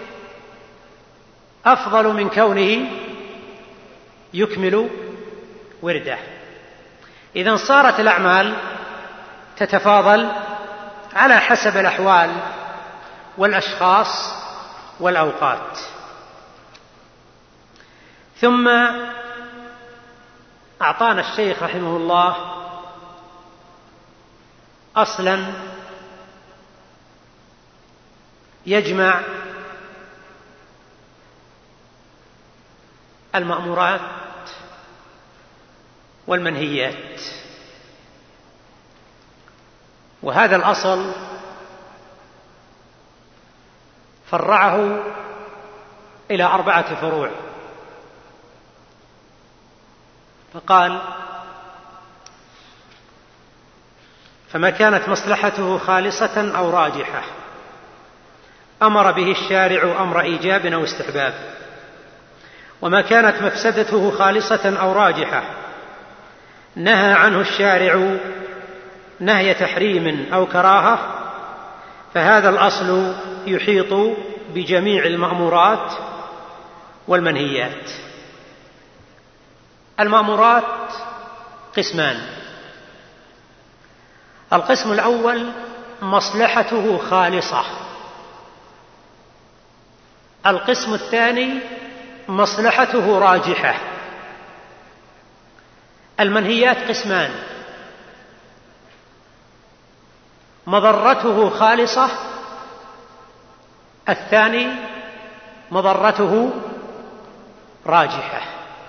أفضل من كونه يكمل ورده. إذن صارت الأعمال تتفاضل على حسب الأحوال والأشخاص والأوقات. ثم أعطانا الشيخ رحمه الله أصلا يجمع المأمورات والمنهيات، وهذا الأصل فرعه إلى أربعة فروع، فقال: فما كانت مصلحته خالصة أو راجحة أمر به الشارع أمر إيجاب أو استحباب، وما كانت مفسدته خالصة أو راجحة نهى عنه الشارع نهي تحريم أو كراهة، فهذا الأصل يحيط بجميع المأمورات والمنهيات. المأمورات قسمان: القسم الأول مصلحته خالصة، القسم الثاني مصلحته راجحة. المنهيات قسمان: مضرته خالصة، الثاني مضرته راجحة.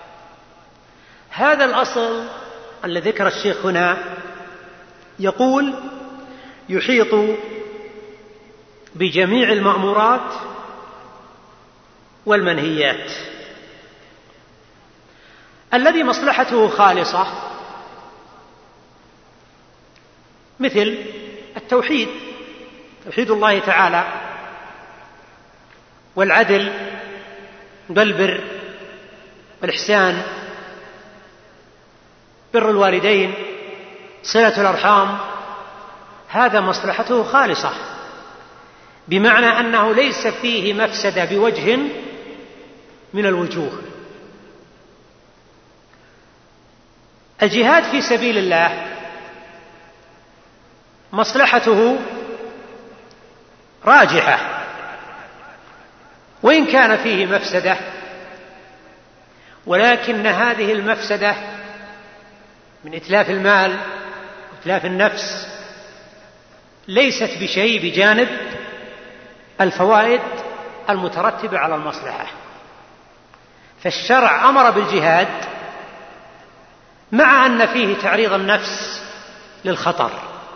هذا الأصل الذي ذكر الشيخ هنا يقول يحيط بجميع المأمورات والمنهيات. الذي مصلحته خالصة مثل التوحيد، توحيد الله تعالى، والعدل والبر والإحسان، بر الوالدين، صلة الأرحام، هذا مصلحته خالصة، بمعنى أنه ليس فيه مفسدة بوجه من الوجوه. الجهاد في سبيل الله مصلحته راجحة، وإن كان فيه مفسدة، ولكن هذه المفسدة من إتلاف المال وإتلاف النفس ليست بشيء بجانب الفوائد المترتبة على المصلحة. فالشرع أمر بالجهاد مع أن فيه تعريض النفس للخطر،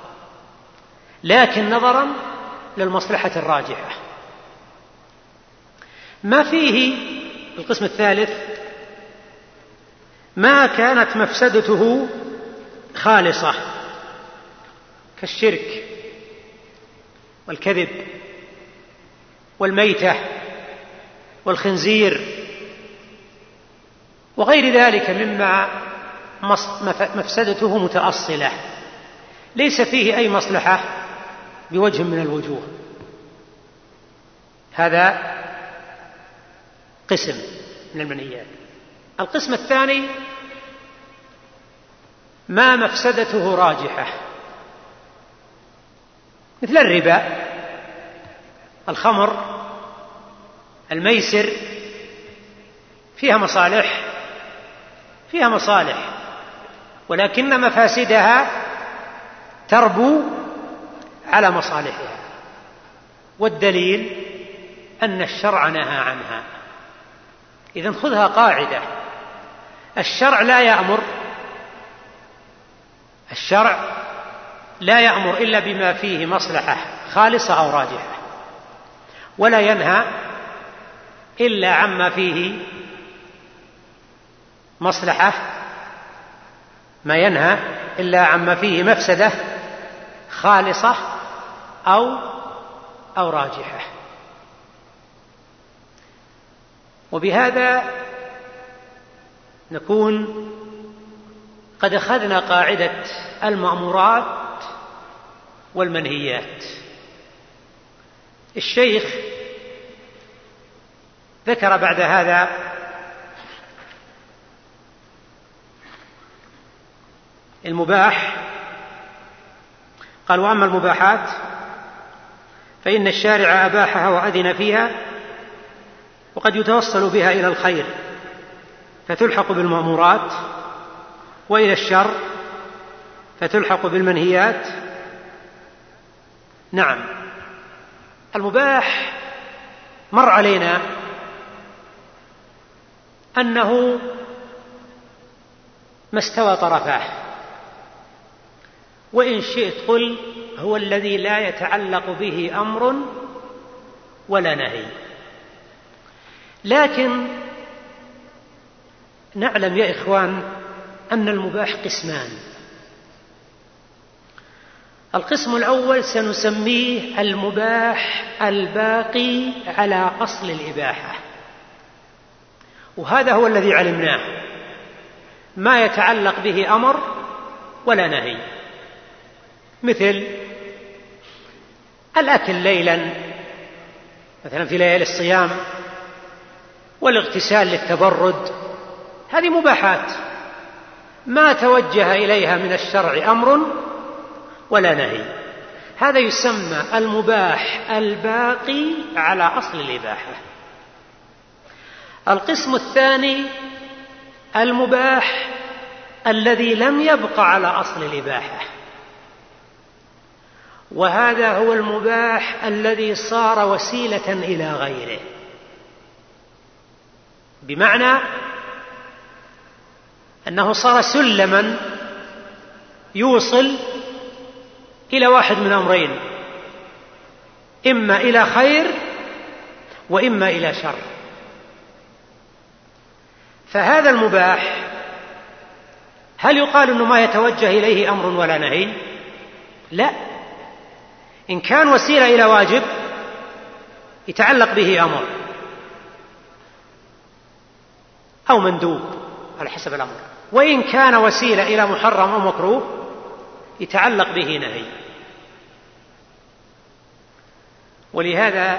لكن نظرا للمصلحة الراجحة. ما فيه القسم الثالث ما كانت مفسدته خالصة كالشرك والكذب والميتة والخنزير وغير ذلك مما مفسدته متأصلة ليس فيه أي مصلحة بوجه من الوجوه. هذا قسم من المنهيات. القسم الثاني ما مفسدته راجحة مثل الربا، الخمر، الميسر، فيها مصالح فيها مصالح ولكن مفاسدها تربو على مصالحها، والدليل أن الشرع نهى عنها. إذن خذها قاعدة: الشرع لا يأمر الشرع لا يأمر إلا بما فيه مصلحة خالصة أو راجحة، ولا ينهى إلا عما فيه مصلحة ما ينهى إلا عما فيه مفسدة خالصة أو أو راجحة. وبهذا نكون قد أخذنا قاعدة المأمورات والمنهيات. الشيخ ذكر بعد هذا المباح، قال: وأما المباحات فإن الشارع أباحها وأذن فيها، وقد يتوصل بها إلى الخير فتلحق بالمأمورات، وإلى الشر فتلحق بالمنهيات. نعم، المباح مر علينا أنه ما استوى طرفاه، وإن شئت قل هو الذي لا يتعلق به أمر ولا نهي. لكن نعلم يا إخوان أن المباح قسمان. القسم الأول سنسميه المباح الباقي على أصل الإباحة، وهذا هو الذي علمناه، ما يتعلق به أمر ولا نهي، مثل الأكل ليلا مثلا في ليالي الصيام، والاغتسال للتبرد، هذه مباحات ما توجه إليها من الشرع أمر ولا نهي، هذا يسمى المباح الباقي على أصل الإباحة. القسم الثاني المباح الذي لم يبق على أصل الإباحة، وهذا هو المباح الذي صار وسيلة إلى غيره، بمعنى أنه صار سلما يوصل إلى واحد من أمرين: إما إلى خير وإما إلى شر. فهذا المباح هل يقال أنه ما يتوجه إليه أمر ولا نهي؟ لا، إن كان وسيلة إلى واجب يتعلق به أمر أو مندوب على حسب الأمر، وإن كان وسيلة إلى محرم أو مكروه يتعلق به نهي. ولهذا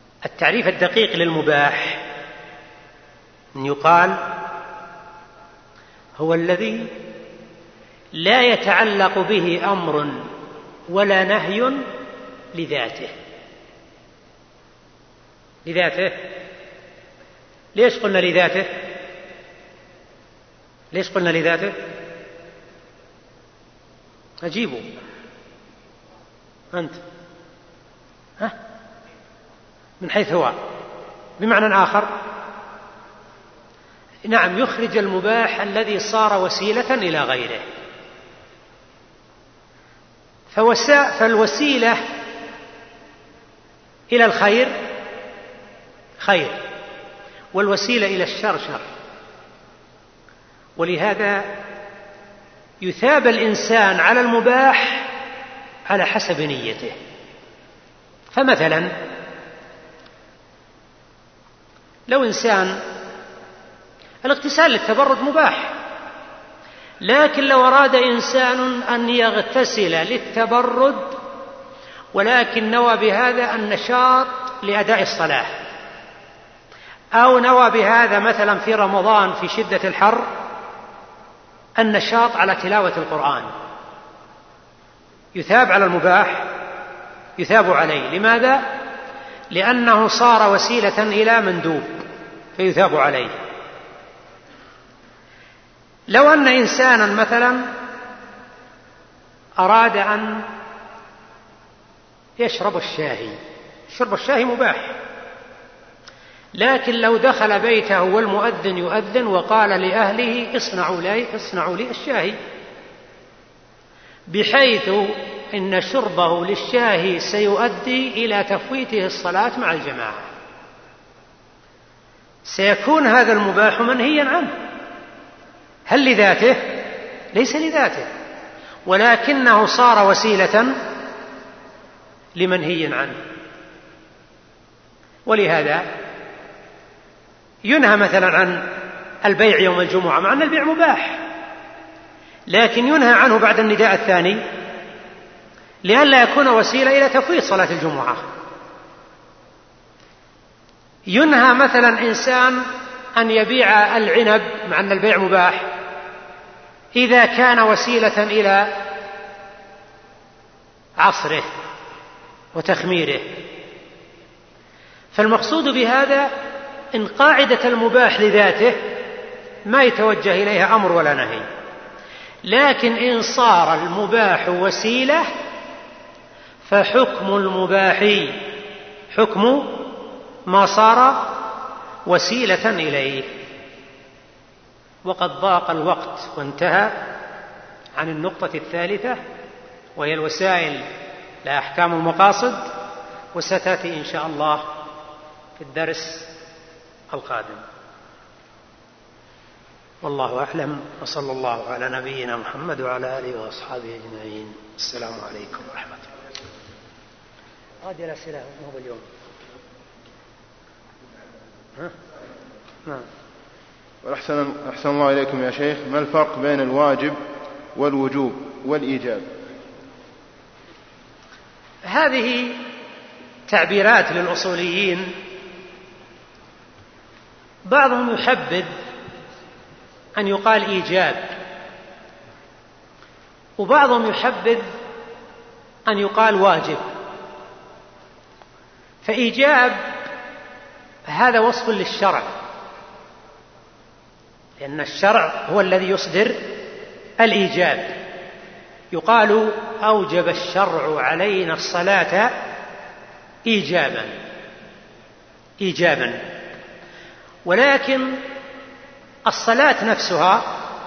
التعريف الدقيق للمباح أن يقال هو الذي لا يتعلق به أمر ولا نهي لذاته. لذاته. ليش قلنا لذاته؟ ليش قلنا لذاته؟ أجيبوا أنت. ها؟ من حيث هو بمعنى آخر. نعم، يخرج المباح الذي صار وسيلة إلى غيره. فالوسيلة إلى الخير خير، والوسيلة إلى الشر شر. ولهذا يثاب الإنسان على المباح على حسب نيته. فمثلا لو إنسان الاغتسال للتبرد مباح، لكن لو أراد إنسان أن يغتسل للتبرد ولكن نوى بهذا النشاط لأداء الصلاة، أو نوى بهذا مثلا في رمضان في شدة الحر النشاط على تلاوة القرآن، يثاب على المباح، يثاب عليه. لماذا؟ لأنه صار وسيلة إلى مندوب فيثاب عليه. لو أن إنسانا مثلا أراد أن يشرب الشاهي، شرب الشاهي مباح، لكن لو دخل بيته والمؤذن يؤذن وقال لأهله اصنعوا لي, اصنعوا لي الشاهي، بحيث إن شربه للشاهي سيؤدي إلى تفويته الصلاة مع الجماعة، سيكون هذا المباح منهيا عنه. هل لذاته؟ ليس لذاته، ولكنه صار وسيلة لمنهي عنه. ولهذا ينهى مثلا عن البيع يوم الجمعة، مع أن البيع مباح، لكن ينهى عنه بعد النداء الثاني لئلا يكون وسيلة إلى تفويت صلاة الجمعة. ينهى مثلا إنسان أن يبيع العنب مع أن البيع مباح إذا كان وسيلة إلى عصره وتخميره. فالمقصود بهذا إن قاعدة المباح لذاته ما يتوجه إليها أمر ولا نهي، لكن إن صار المباح وسيلة فحكم المباح حكم ما صار وسيلة إليه. وقد ضاق الوقت وانتهى عن النقطة الثالثة وهي الوسائل لا أحكام المقاصد، وستأتي إن شاء الله في الدرس القادم. والله أعلم، وصلى الله على نبينا محمد وعلى آله وأصحابه أجمعين. السلام عليكم ورحمة الله. هذه الأسئلة مو باليوم. ها؟ نعم. وأحسن أحسن الله إليكم يا شيخ، ما الفرق بين الواجب والوجوب والإيجاب؟ هذه تعبيرات للأصوليين، بعضهم يحبذ أن يقال إيجاب، وبعضهم يحبذ أن يقال واجب. فإيجاب هذا وصف للشرع، لأن الشرع هو الذي يصدر الإيجاب. يقال أوجب الشرع علينا الصلاة إيجابا إيجابا ولكن الصلاة نفسها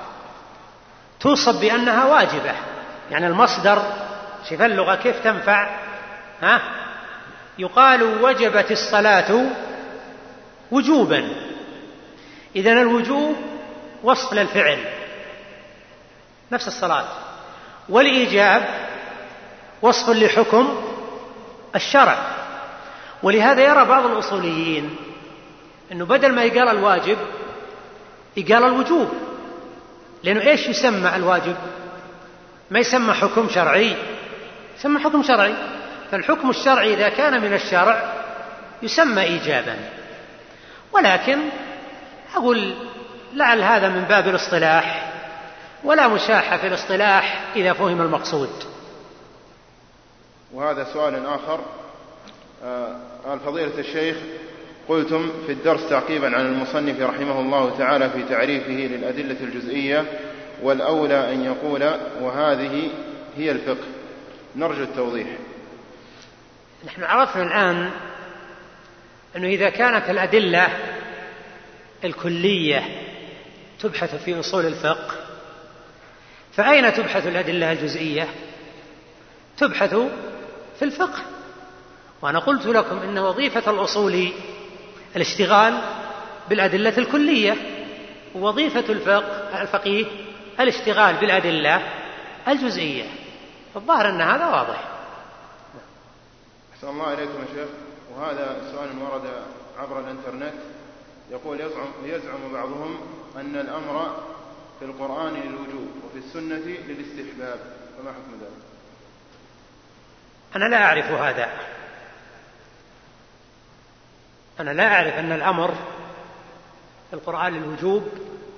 توصف بأنها واجبة، يعني المصدر شوف اللغة كيف تنفع. ها؟ يقال وجبت الصلاة وجوبا، إذن الوجوب وصف للفعل نفس الصلاة، والإيجاب وصف لحكم الشرع. ولهذا يرى بعض الأصوليين أنه بدل ما يقال الواجب يقال الوجوب، لأنه إيش يسمى الواجب؟ ما يسمى حكم شرعي، يسمى حكم شرعي. فالحكم الشرعي إذا كان من الشرع يسمى إيجابا. ولكن أقول لعل هذا من باب الاصطلاح، ولا مشاحة في الاصطلاح إذا فهم المقصود. وهذا سؤال آخر. قال فضيلة الشيخ: قلتم في الدرس تعقيبا عن المصنف رحمه الله تعالى في تعريفه للأدلة الجزئية: والأولى أن يقول وهذه هي الفقه. نرجو التوضيح. نحن عرفنا الآن أنه إذا كانت الأدلة الكلية تبحث في أصول الفقه، فأين تبحث الأدلة الجزئية؟ تبحث في الفقه. وأنا قلت لكم إن وظيفة الأصول الاشتغال بالأدلة الكلية، ووظيفة الفقه الفقيه الاشتغال بالأدلة الجزئية. فالظاهر أن هذا واضح. أحسن الله إليكم يا شيخ. وهذا سؤال ورد عبر الإنترنت، يقول: يزعم, يزعم بعضهم أن الأمر في القرآن للوجوب وفي السنة للاستحباب، فما حكم ذلك؟ أنا لا أعرف هذا. أنا لا أعرف أن الأمر في القرآن للوجوب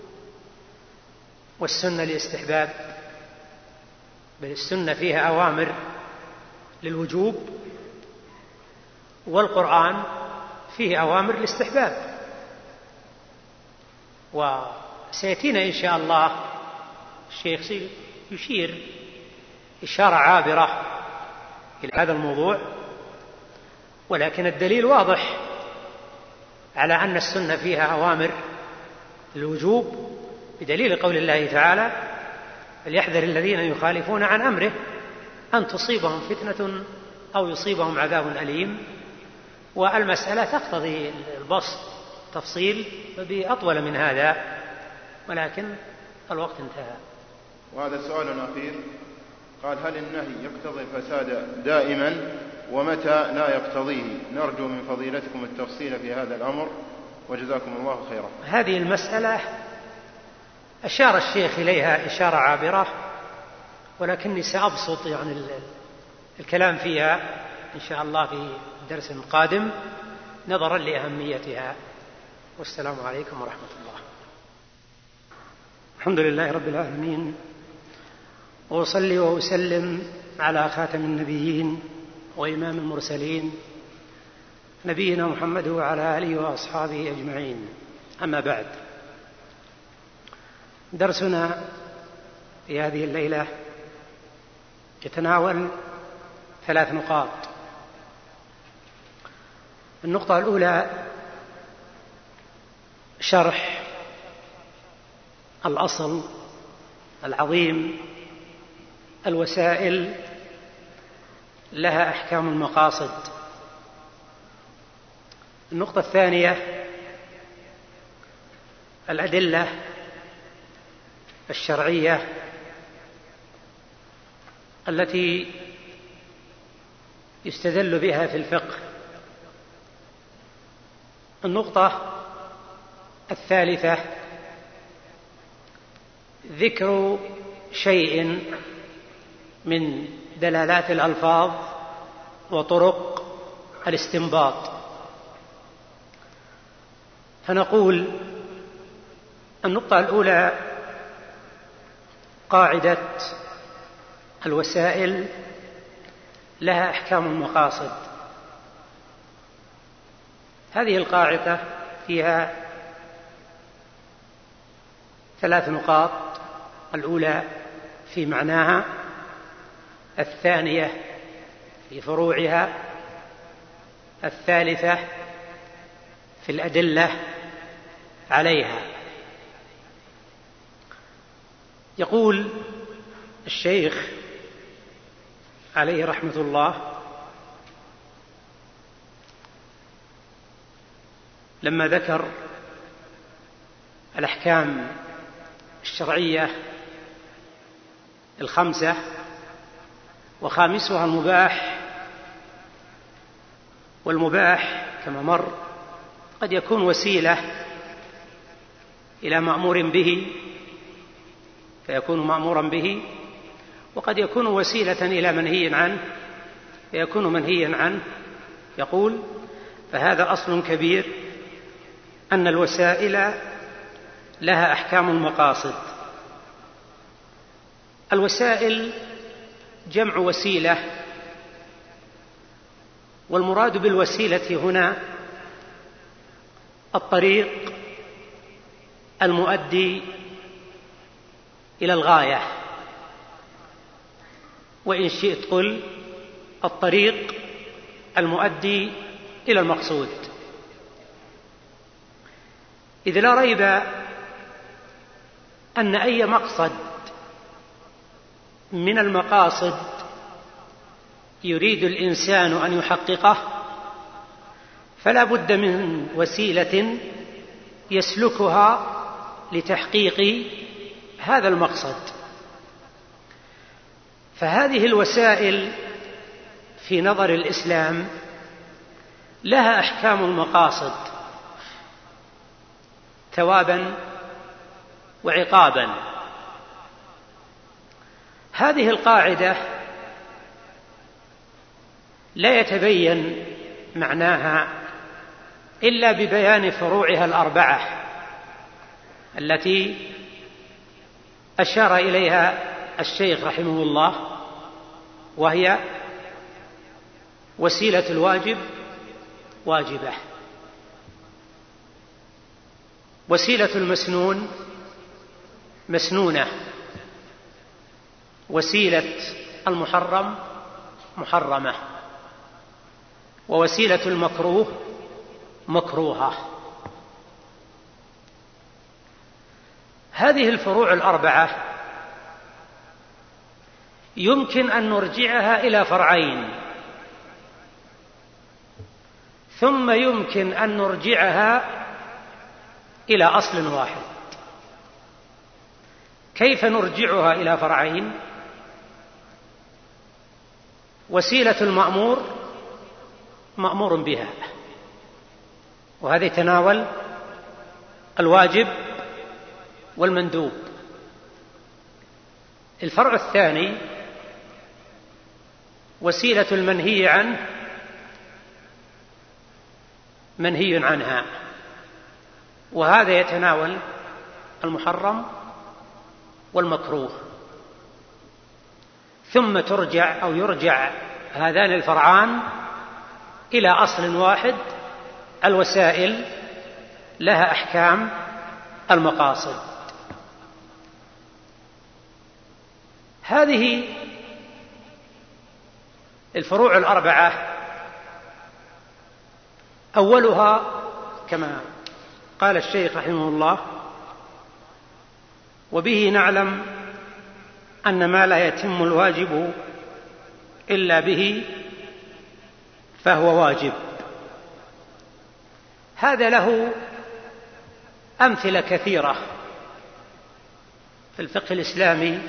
والسنة للاستحباب، بل السنة فيها أوامر للوجوب والقرآن فيه أوامر للاستحباب. وسيأتينا إن شاء الله الشيخ يشير إشارة عابرة إلى هذا الموضوع، ولكن الدليل واضح على أن السنة فيها أوامر للوجوب، بدليل قول الله تعالى: فليحذر الذين يخالفون عن أمره أن تصيبهم فتنة أو يصيبهم عذاب أليم. والمسألة تقتضي البسط تفصيل بأطول من هذا، ولكن الوقت انتهى. وهذا سؤال أخير. قال: هل النهي يقتضي الفساد دائما، ومتى لا يقتضيه؟ نرجو من فضيلتكم التفصيل في هذا الأمر، وجزاكم الله خيرا. هذه المسألة أشار الشيخ إليها إشارة عابرة، ولكني سأبسط يعني الكلام فيها إن شاء الله في درس قادم نظرا لأهميتها. والسلام عليكم ورحمة الله. الحمد لله رب العالمين، وأصلي وأسلم على خاتم النبيين وإمام المرسلين نبينا محمد وعلى آله وأصحابه أجمعين. أما بعد، درسنا في هذه الليلة يتناول ثلاث نقاط. النقطة الأولى شرح الأصل العظيم: الوسائل لها أحكام المقاصد. النقطة الثانية الأدلة الشرعية التي يستدل بها في الفقه. النقطة الثالثة ذكر شيء من دلالات الألفاظ وطرق الاستنباط. فنقول: النقطة الأولى قاعدة الوسائل لها أحكام المقاصد. هذه القاعدة فيها ثلاث نقاط: الأولى في معناها، الثانية في فروعها، الثالثة في الأدلة عليها. يقول الشيخ عليه رحمة الله: لما ذكر الأحكام الشرعية الخمسة وخامسها المباح، والمباح كما مر قد يكون وسيلة إلى مأمور به فيكون مأمورا به، وقد يكون وسيلة إلى منهي عنه فيكون منهيا عنه. يقول: فهذا أصل كبير أن الوسائل لها أحكام المقاصد. الوسائل جمع وسيلة، والمراد بالوسيلة هنا الطريق المؤدي إلى الغاية، وإن شئت قل الطريق المؤدي إلى المقصود، إذ لا ريب أن أي مقصد من المقاصد يريد الإنسان أن يحققه فلا بد من وسيلة يسلكها لتحقيق هذا المقصد. فهذه الوسائل في نظر الإسلام لها أحكام المقاصد ثوابا وعقابا. هذه القاعدة لا يتبين معناها إلا ببيان فروعها الأربعة التي أشار إليها الشيخ رحمه الله، وهي وسيلة الواجب واجبة، وسيلة المسنون مسنونة، وسيلة المحرم محرمة، ووسيلة المكروه مكروهة. هذه الفروع الأربعة يمكن أن نرجعها إلى فرعين، ثم يمكن أن نرجعها إلى أصل واحد. كيف نرجعها إلى فرعين؟ وسيلة المأمور مأمور بها، وهذا يتناول الواجب والمندوب. الفرع الثاني وسيلة المنهي عنه منهي عنها، وهذا يتناول المحرم والمكروه. ثم ترجع أو يرجع هذان الفرعان إلى أصل واحد، الوسائل لها أحكام المقاصد. هذه الفروع الأربعة أولها كما قال الشيخ رحمه الله: وبه نعلم أن ما لا يتم الواجب إلا به فهو واجب. هذا له أمثلة كثيرة في الفقه الإسلامي.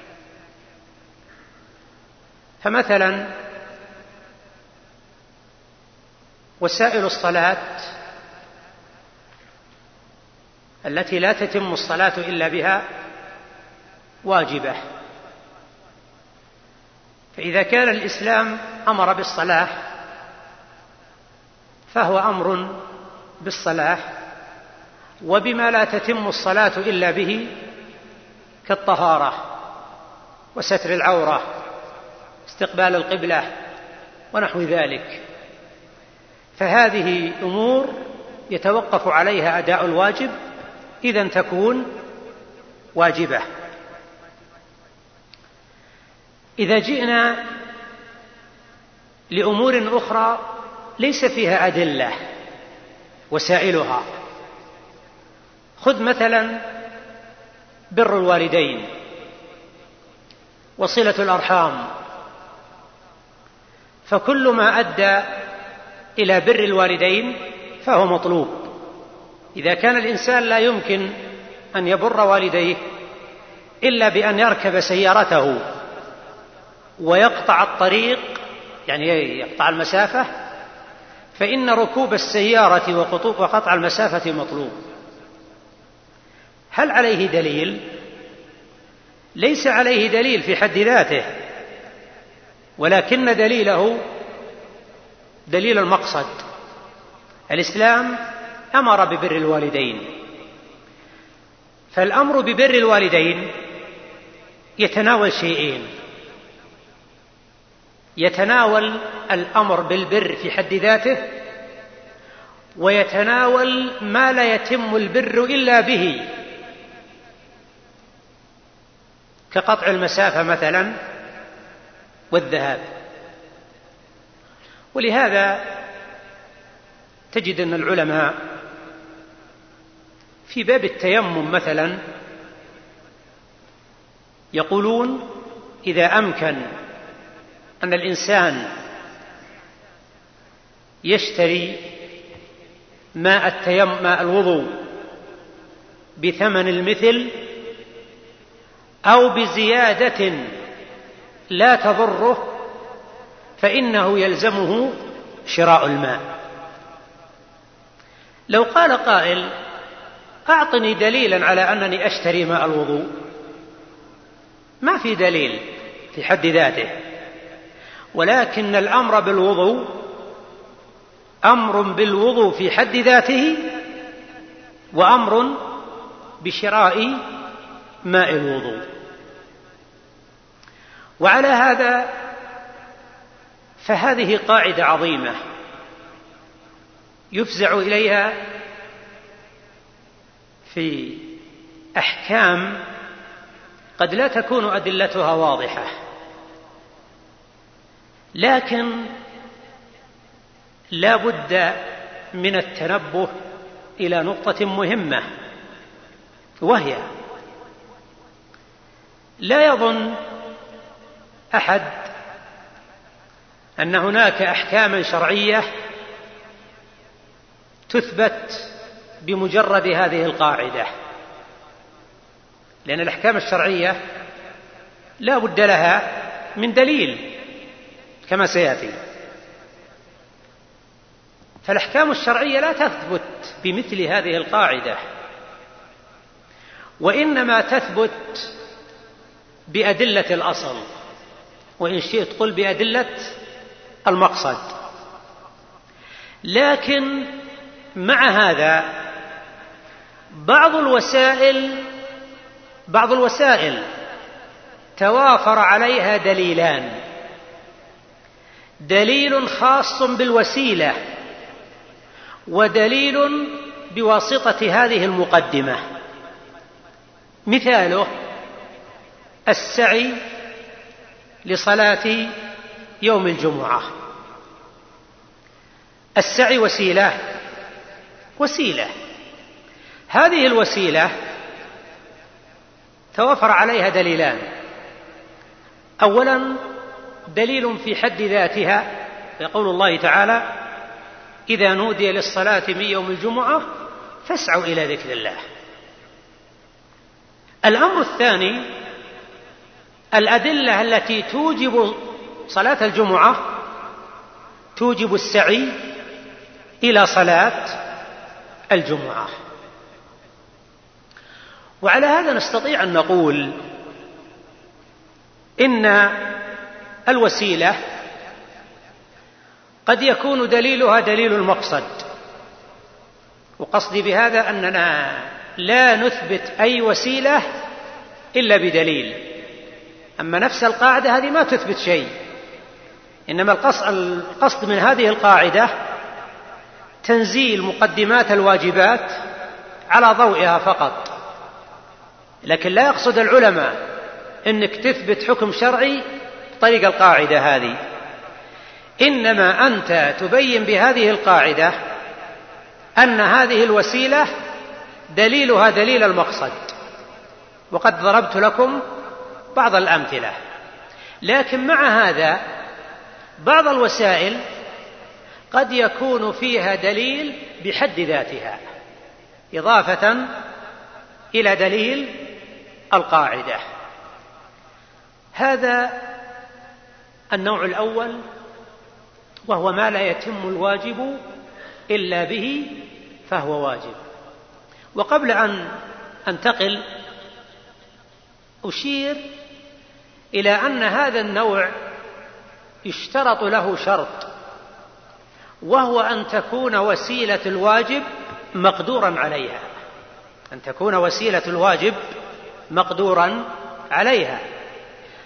فمثلا وسائل الصلاة التي لا تتم الصلاة إلا بها واجبة. فإذا كان الإسلام أمر بالصلاة فهو أمر بالصلاة وبما لا تتم الصلاة إلا به، كالطهارة وستر العورة، استقبال القبلة ونحو ذلك. فهذه أمور يتوقف عليها أداء الواجب، إذن تكون واجبة. إذا جئنا لأمور أخرى ليس فيها أدلة وسائلها، خذ مثلا بر الوالدين وصلة الأرحام، فكل ما أدى إلى بر الوالدين فهو مطلوب. إذا كان الإنسان لا يمكن أن يبر والديه إلا بأن يركب سيارته ويقطع الطريق، يعني يقطع المسافة، فإن ركوب السيارة وقطع المسافة مطلوب. هل عليه دليل؟ ليس عليه دليل في حد ذاته، ولكن دليله دليل المقصد. الإسلام أمر ببر الوالدين، فالأمر ببر الوالدين يتناول شيئين: يتناول الأمر بالبر في حد ذاته، ويتناول ما لا يتم البر إلا به، كقطع المسافة مثلا والذهاب. ولهذا تجد أن العلماء في باب التيمم مثلا يقولون: إذا أمكن أن الإنسان يشتري ماء التيمم ماء الوضوء بثمن المثل أو بزيادة لا تضره، فإنه يلزمه شراء الماء. لو قال قائل: أعطني دليلا على أنني أشتري ماء الوضوء، ما في دليل في حد ذاته، ولكن الأمر بالوضوء أمر بالوضوء في حد ذاته، وأمر بشراء ماء الوضوء. وعلى هذا فهذه قاعدة عظيمة يفزع إليها في أحكام قد لا تكون أدلتها واضحة، لكن لا بد من التنبه إلى نقطة مهمة، وهي: لا يظن أحد أن هناك أحكاما شرعية تثبت بمجرد هذه القاعدة، لأن الأحكام الشرعية لا بد لها من دليل كما سيأتي. فالأحكام الشرعية لا تثبت بمثل هذه القاعدة، وإنما تثبت بأدلة الأصل، وإن شئت قل بأدلة المقصد. لكن مع هذا بعض الوسائل بعض الوسائل توافر عليها دليلان: دليل خاص بالوسيلة، ودليل بواسطة هذه المقدمة. مثاله السعي لصلاة يوم الجمعة. السعي وسيلة وسيلة هذه الوسيلة توافر عليها دليلان: أولا دليل في حد ذاتها، يقول الله تعالى: إذا نودي للصلاة من يوم الجمعة فاسعوا إلى ذكر الله. الأمر الثاني الأدلة التي توجب صلاة الجمعة توجب السعي إلى صلاة الجمعة. وعلى هذا نستطيع أن نقول إن الوسيلة قد يكون دليلها دليل المقصد، وقصدي بهذا أننا لا نثبت أي وسيلة إلا بدليل. أما نفس القاعدة هذه ما تثبت شيء، إنما القصد من هذه القاعدة تنزيل مقدمات الواجبات على ضوئها فقط. لكن لا يقصد العلماء أنك تثبت حكم شرعي بطريق القاعدة هذه، إنما أنت تبين بهذه القاعدة أن هذه الوسيلة دليلها دليل المقصد. وقد ضربت لكم بعض الأمثلة. لكن مع هذا بعض الوسائل قد يكون فيها دليل بحد ذاتها إضافة إلى دليل القاعدة. هذا النوع الأول، وهو ما لا يتم الواجب إلا به فهو واجب. وقبل أن أنتقل أشير إلى أن هذا النوع يشترط له شرط، وهو أن تكون وسيلة الواجب مقدورا عليها، أن تكون وسيلة الواجب مقدورا عليها.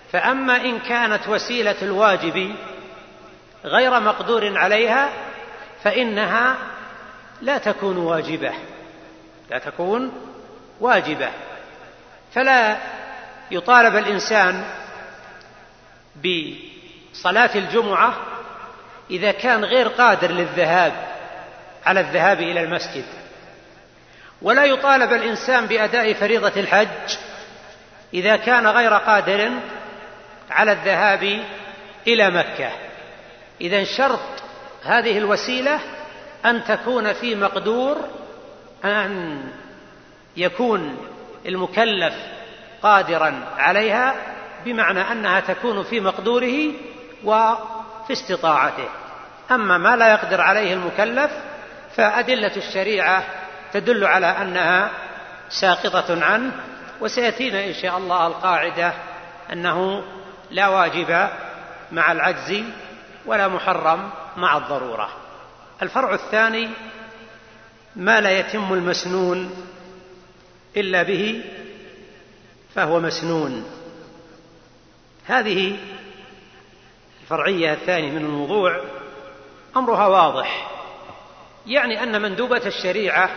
فأما إن كانت وسيلة الواجب غير مقدور عليها فإنها لا تكون واجبة لا تكون واجبة فلا يطالب الإنسان بصلاة الجمعة إذا كان غير قادر للذهاب على الذهاب إلى المسجد، ولا يطالب الإنسان بأداء فريضة الحج إذا كان غير قادر على الذهاب إلى مكة. إذن شرط هذه الوسيلة أن تكون في مقدور، أن يكون المكلف قادرا عليها، بمعنى أنها تكون في مقدوره وفي استطاعته. أما ما لا يقدر عليه المكلف فأدلة الشريعة تدل على أنها ساقطة عنه، وسيأتينا إن شاء الله القاعدة أنه لا واجب مع العجز ولا محرم مع الضرورة. الفرع الثاني: ما لا يتم المسنون إلا به فهو مسنون. هذه الفرعية الثانية من الموضوع أمرها واضح، يعني أن مندوبات الشريعة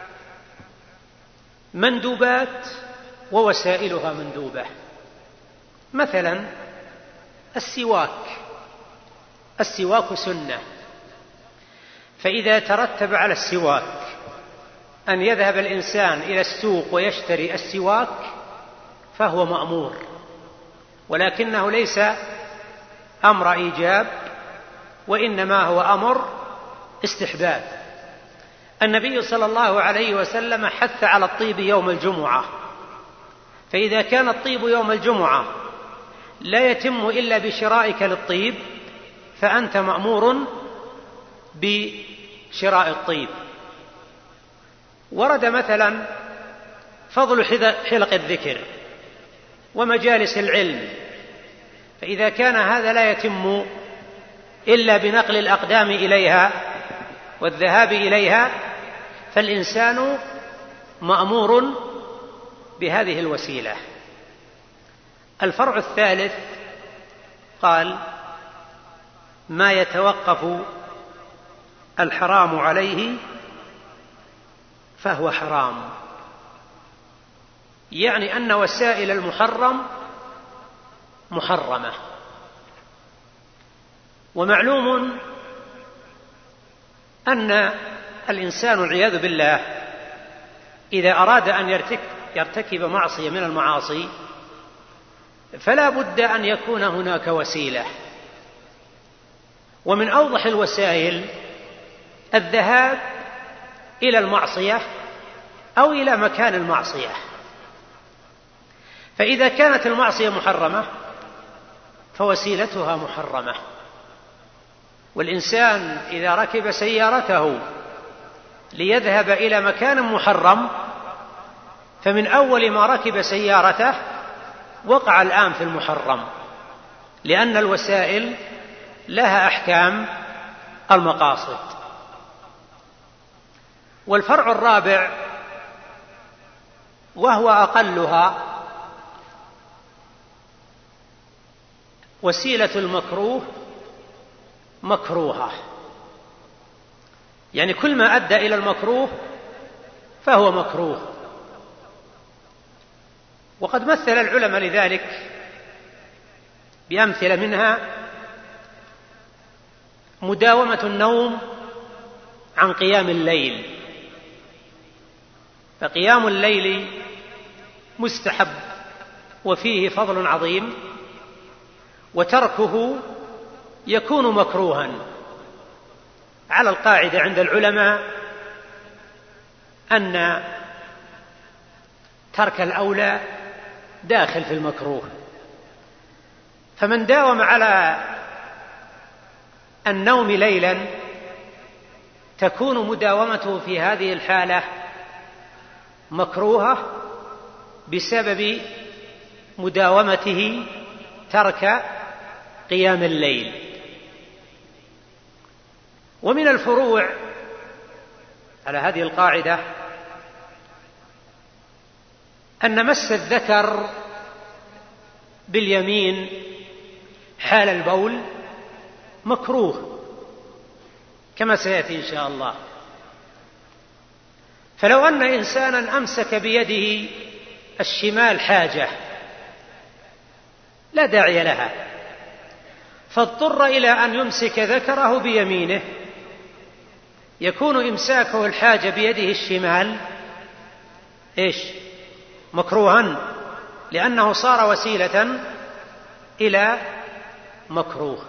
مندوبات ووسائلها مندوبة. مثلا السواك السواك سنة، فإذا ترتب على السواك أن يذهب الإنسان إلى السوق ويشتري السواك فهو مأمور، ولكنه ليس أمر إيجاب، وإنما هو أمر استحباب. النبي صلى الله عليه وسلم حث على الطيب يوم الجمعة، فإذا كان الطيب يوم الجمعة لا يتم إلا بشرائك للطيب فأنت مأمور بشراء الطيب. ورد مثلا فضل حلق الذكر ومجالس العلم، فإذا كان هذا لا يتم إلا بنقل الأقدام إليها والذهاب إليها فالإنسان مأمور بهذه الوسيلة. الفرع الثالث قال: ما يتوقف الحرام عليه فهو حرام، يعني أن وسائل المحرم محرمة. ومعلوم أن الإنسان والعياذ بالله إذا أراد أن يرتكب معصية من المعاصي فلا بد أن يكون هناك وسيلة، ومن أوضح الوسائل الذهاب إلى المعصية أو إلى مكان المعصية. فإذا كانت المعصية محرمة فوسيلتها محرمة، والإنسان إذا ركب سيارته ليذهب إلى مكان محرم فمن أول ما ركب سيارته وقع الآن في المحرم، لأن الوسائل لها أحكام المقاصد. والفرع الرابع وهو أقلها: وسيلة المكروه مكروهة، يعني كل ما أدى إلى المكروه فهو مكروه. وقد مثل العلماء لذلك بأمثلة، منها مداومة النوم عن قيام الليل، فقيام الليل مستحب وفيه فضل عظيم، وتركه يكون مكروها على القاعدة عند العلماء أن ترك الأولى داخل في المكروه. فمن داوم على النوم ليلا تكون مداومته في هذه الحالة مكروهة بسبب مداومته ترك قيام الليل. ومن الفروع على هذه القاعدة أن مس الذكر باليمين حال البول مكروه كما سيأتي إن شاء الله. فلو أن إنسانا أمسك بيده الشمال حاجة لا داعي لها، فاضطر إلى أن يمسك ذكره بيمينه، يكون إمساكه الحاجة بيده الشمال إيش؟ مكروها، لأنه صار وسيلة إلى مكروه.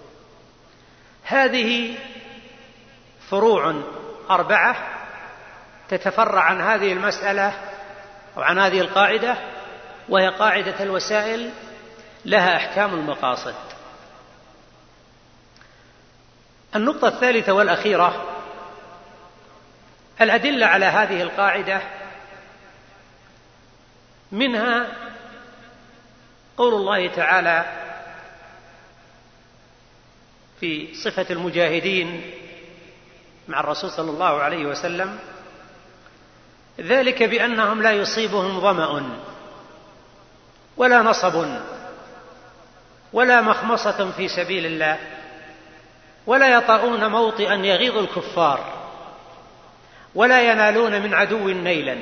هذه فروع أربعة تتفرع عن هذه المسألة أو عن هذه القاعدة، وهي قاعدة الوسائل لها أحكام المقاصد. النقطة الثالثة والأخيرة الأدلة على هذه القاعدة، منها قول الله تعالى في صفة المجاهدين مع الرسول صلى الله عليه وسلم: ذلك بأنهم لا يصيبهم ظمأ ولا نصب ولا مخمصة في سبيل الله ولا يطؤون موطئا يغيظ الكفار ولا ينالون من عدو نيلا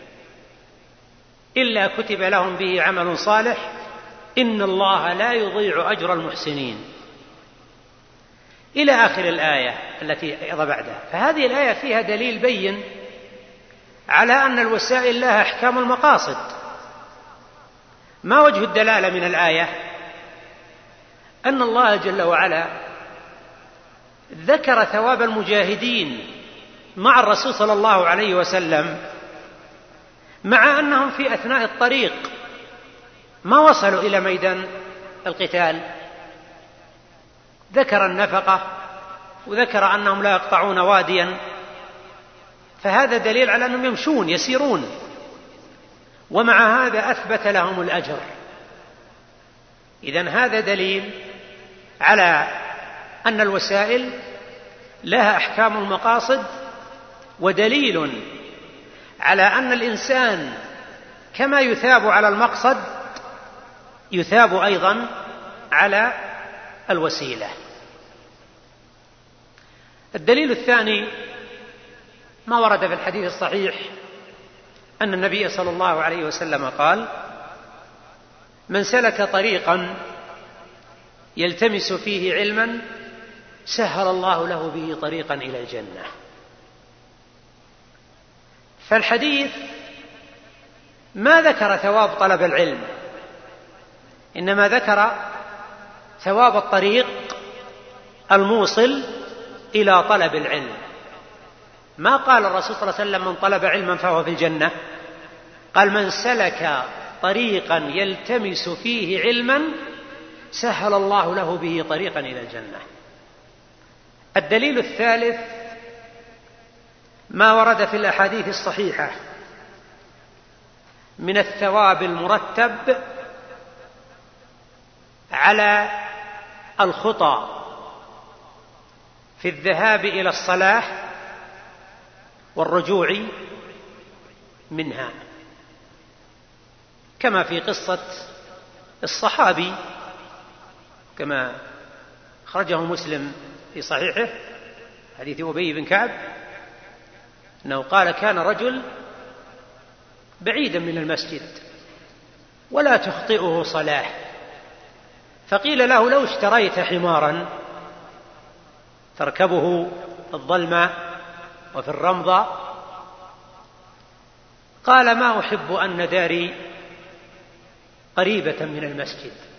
إلا كتب لهم به عمل صالح إن الله لا يضيع أجر المحسنين، إلى آخر الآية التي أيضا بعدها. فهذه الآية فيها دليل بين على أن الوسائل لها أحكام المقاصد. ما وجه الدلالة من الآية؟ أن الله جل وعلا ذكر ثواب المجاهدين مع الرسول صلى الله عليه وسلم، مع أنهم في أثناء الطريق ما وصلوا إلى ميدان القتال. ذكر النفقة وذكر أنهم لا يقطعون واديا، فهذا دليل على أنهم يمشون يسيرون، ومع هذا أثبت لهم الأجر. إذن هذا دليل على أن الوسائل لها أحكام المقاصد، ودليل على أن الإنسان كما يثاب على المقصد يثاب أيضا على الوسيلة. الدليل الثاني ما ورد في الحديث الصحيح أن النبي صلى الله عليه وسلم قال: من سلك طريقا يلتمس فيه علما سهل الله له به طريقا إلى الجنة. فالحديث ما ذكر ثواب طلب العلم، إنما ذكر ثواب الطريق الموصل إلى طلب العلم. ما قال الرسول صلى الله عليه وسلم: من طلب علما فهو في الجنة، قال: من سلك طريقا يلتمس فيه علما سهل الله له به طريقا إلى الجنة. الدليل الثالث ما ورد في الأحاديث الصحيحة من الثواب المرتب على الخطى في الذهاب إلى الصلاة والرجوع منها، كما في قصة الصحابي كما أخرجه مسلم في صحيحه حديث أبي بن كعب أنه قال: كان رجل بعيدا من المسجد ولا تخطئه صلاة، فقيل له: لو اشتريت حمارا تركبه في الظلمة وفي الرمضة، قال: ما أحب أن داري قريبة من المسجد.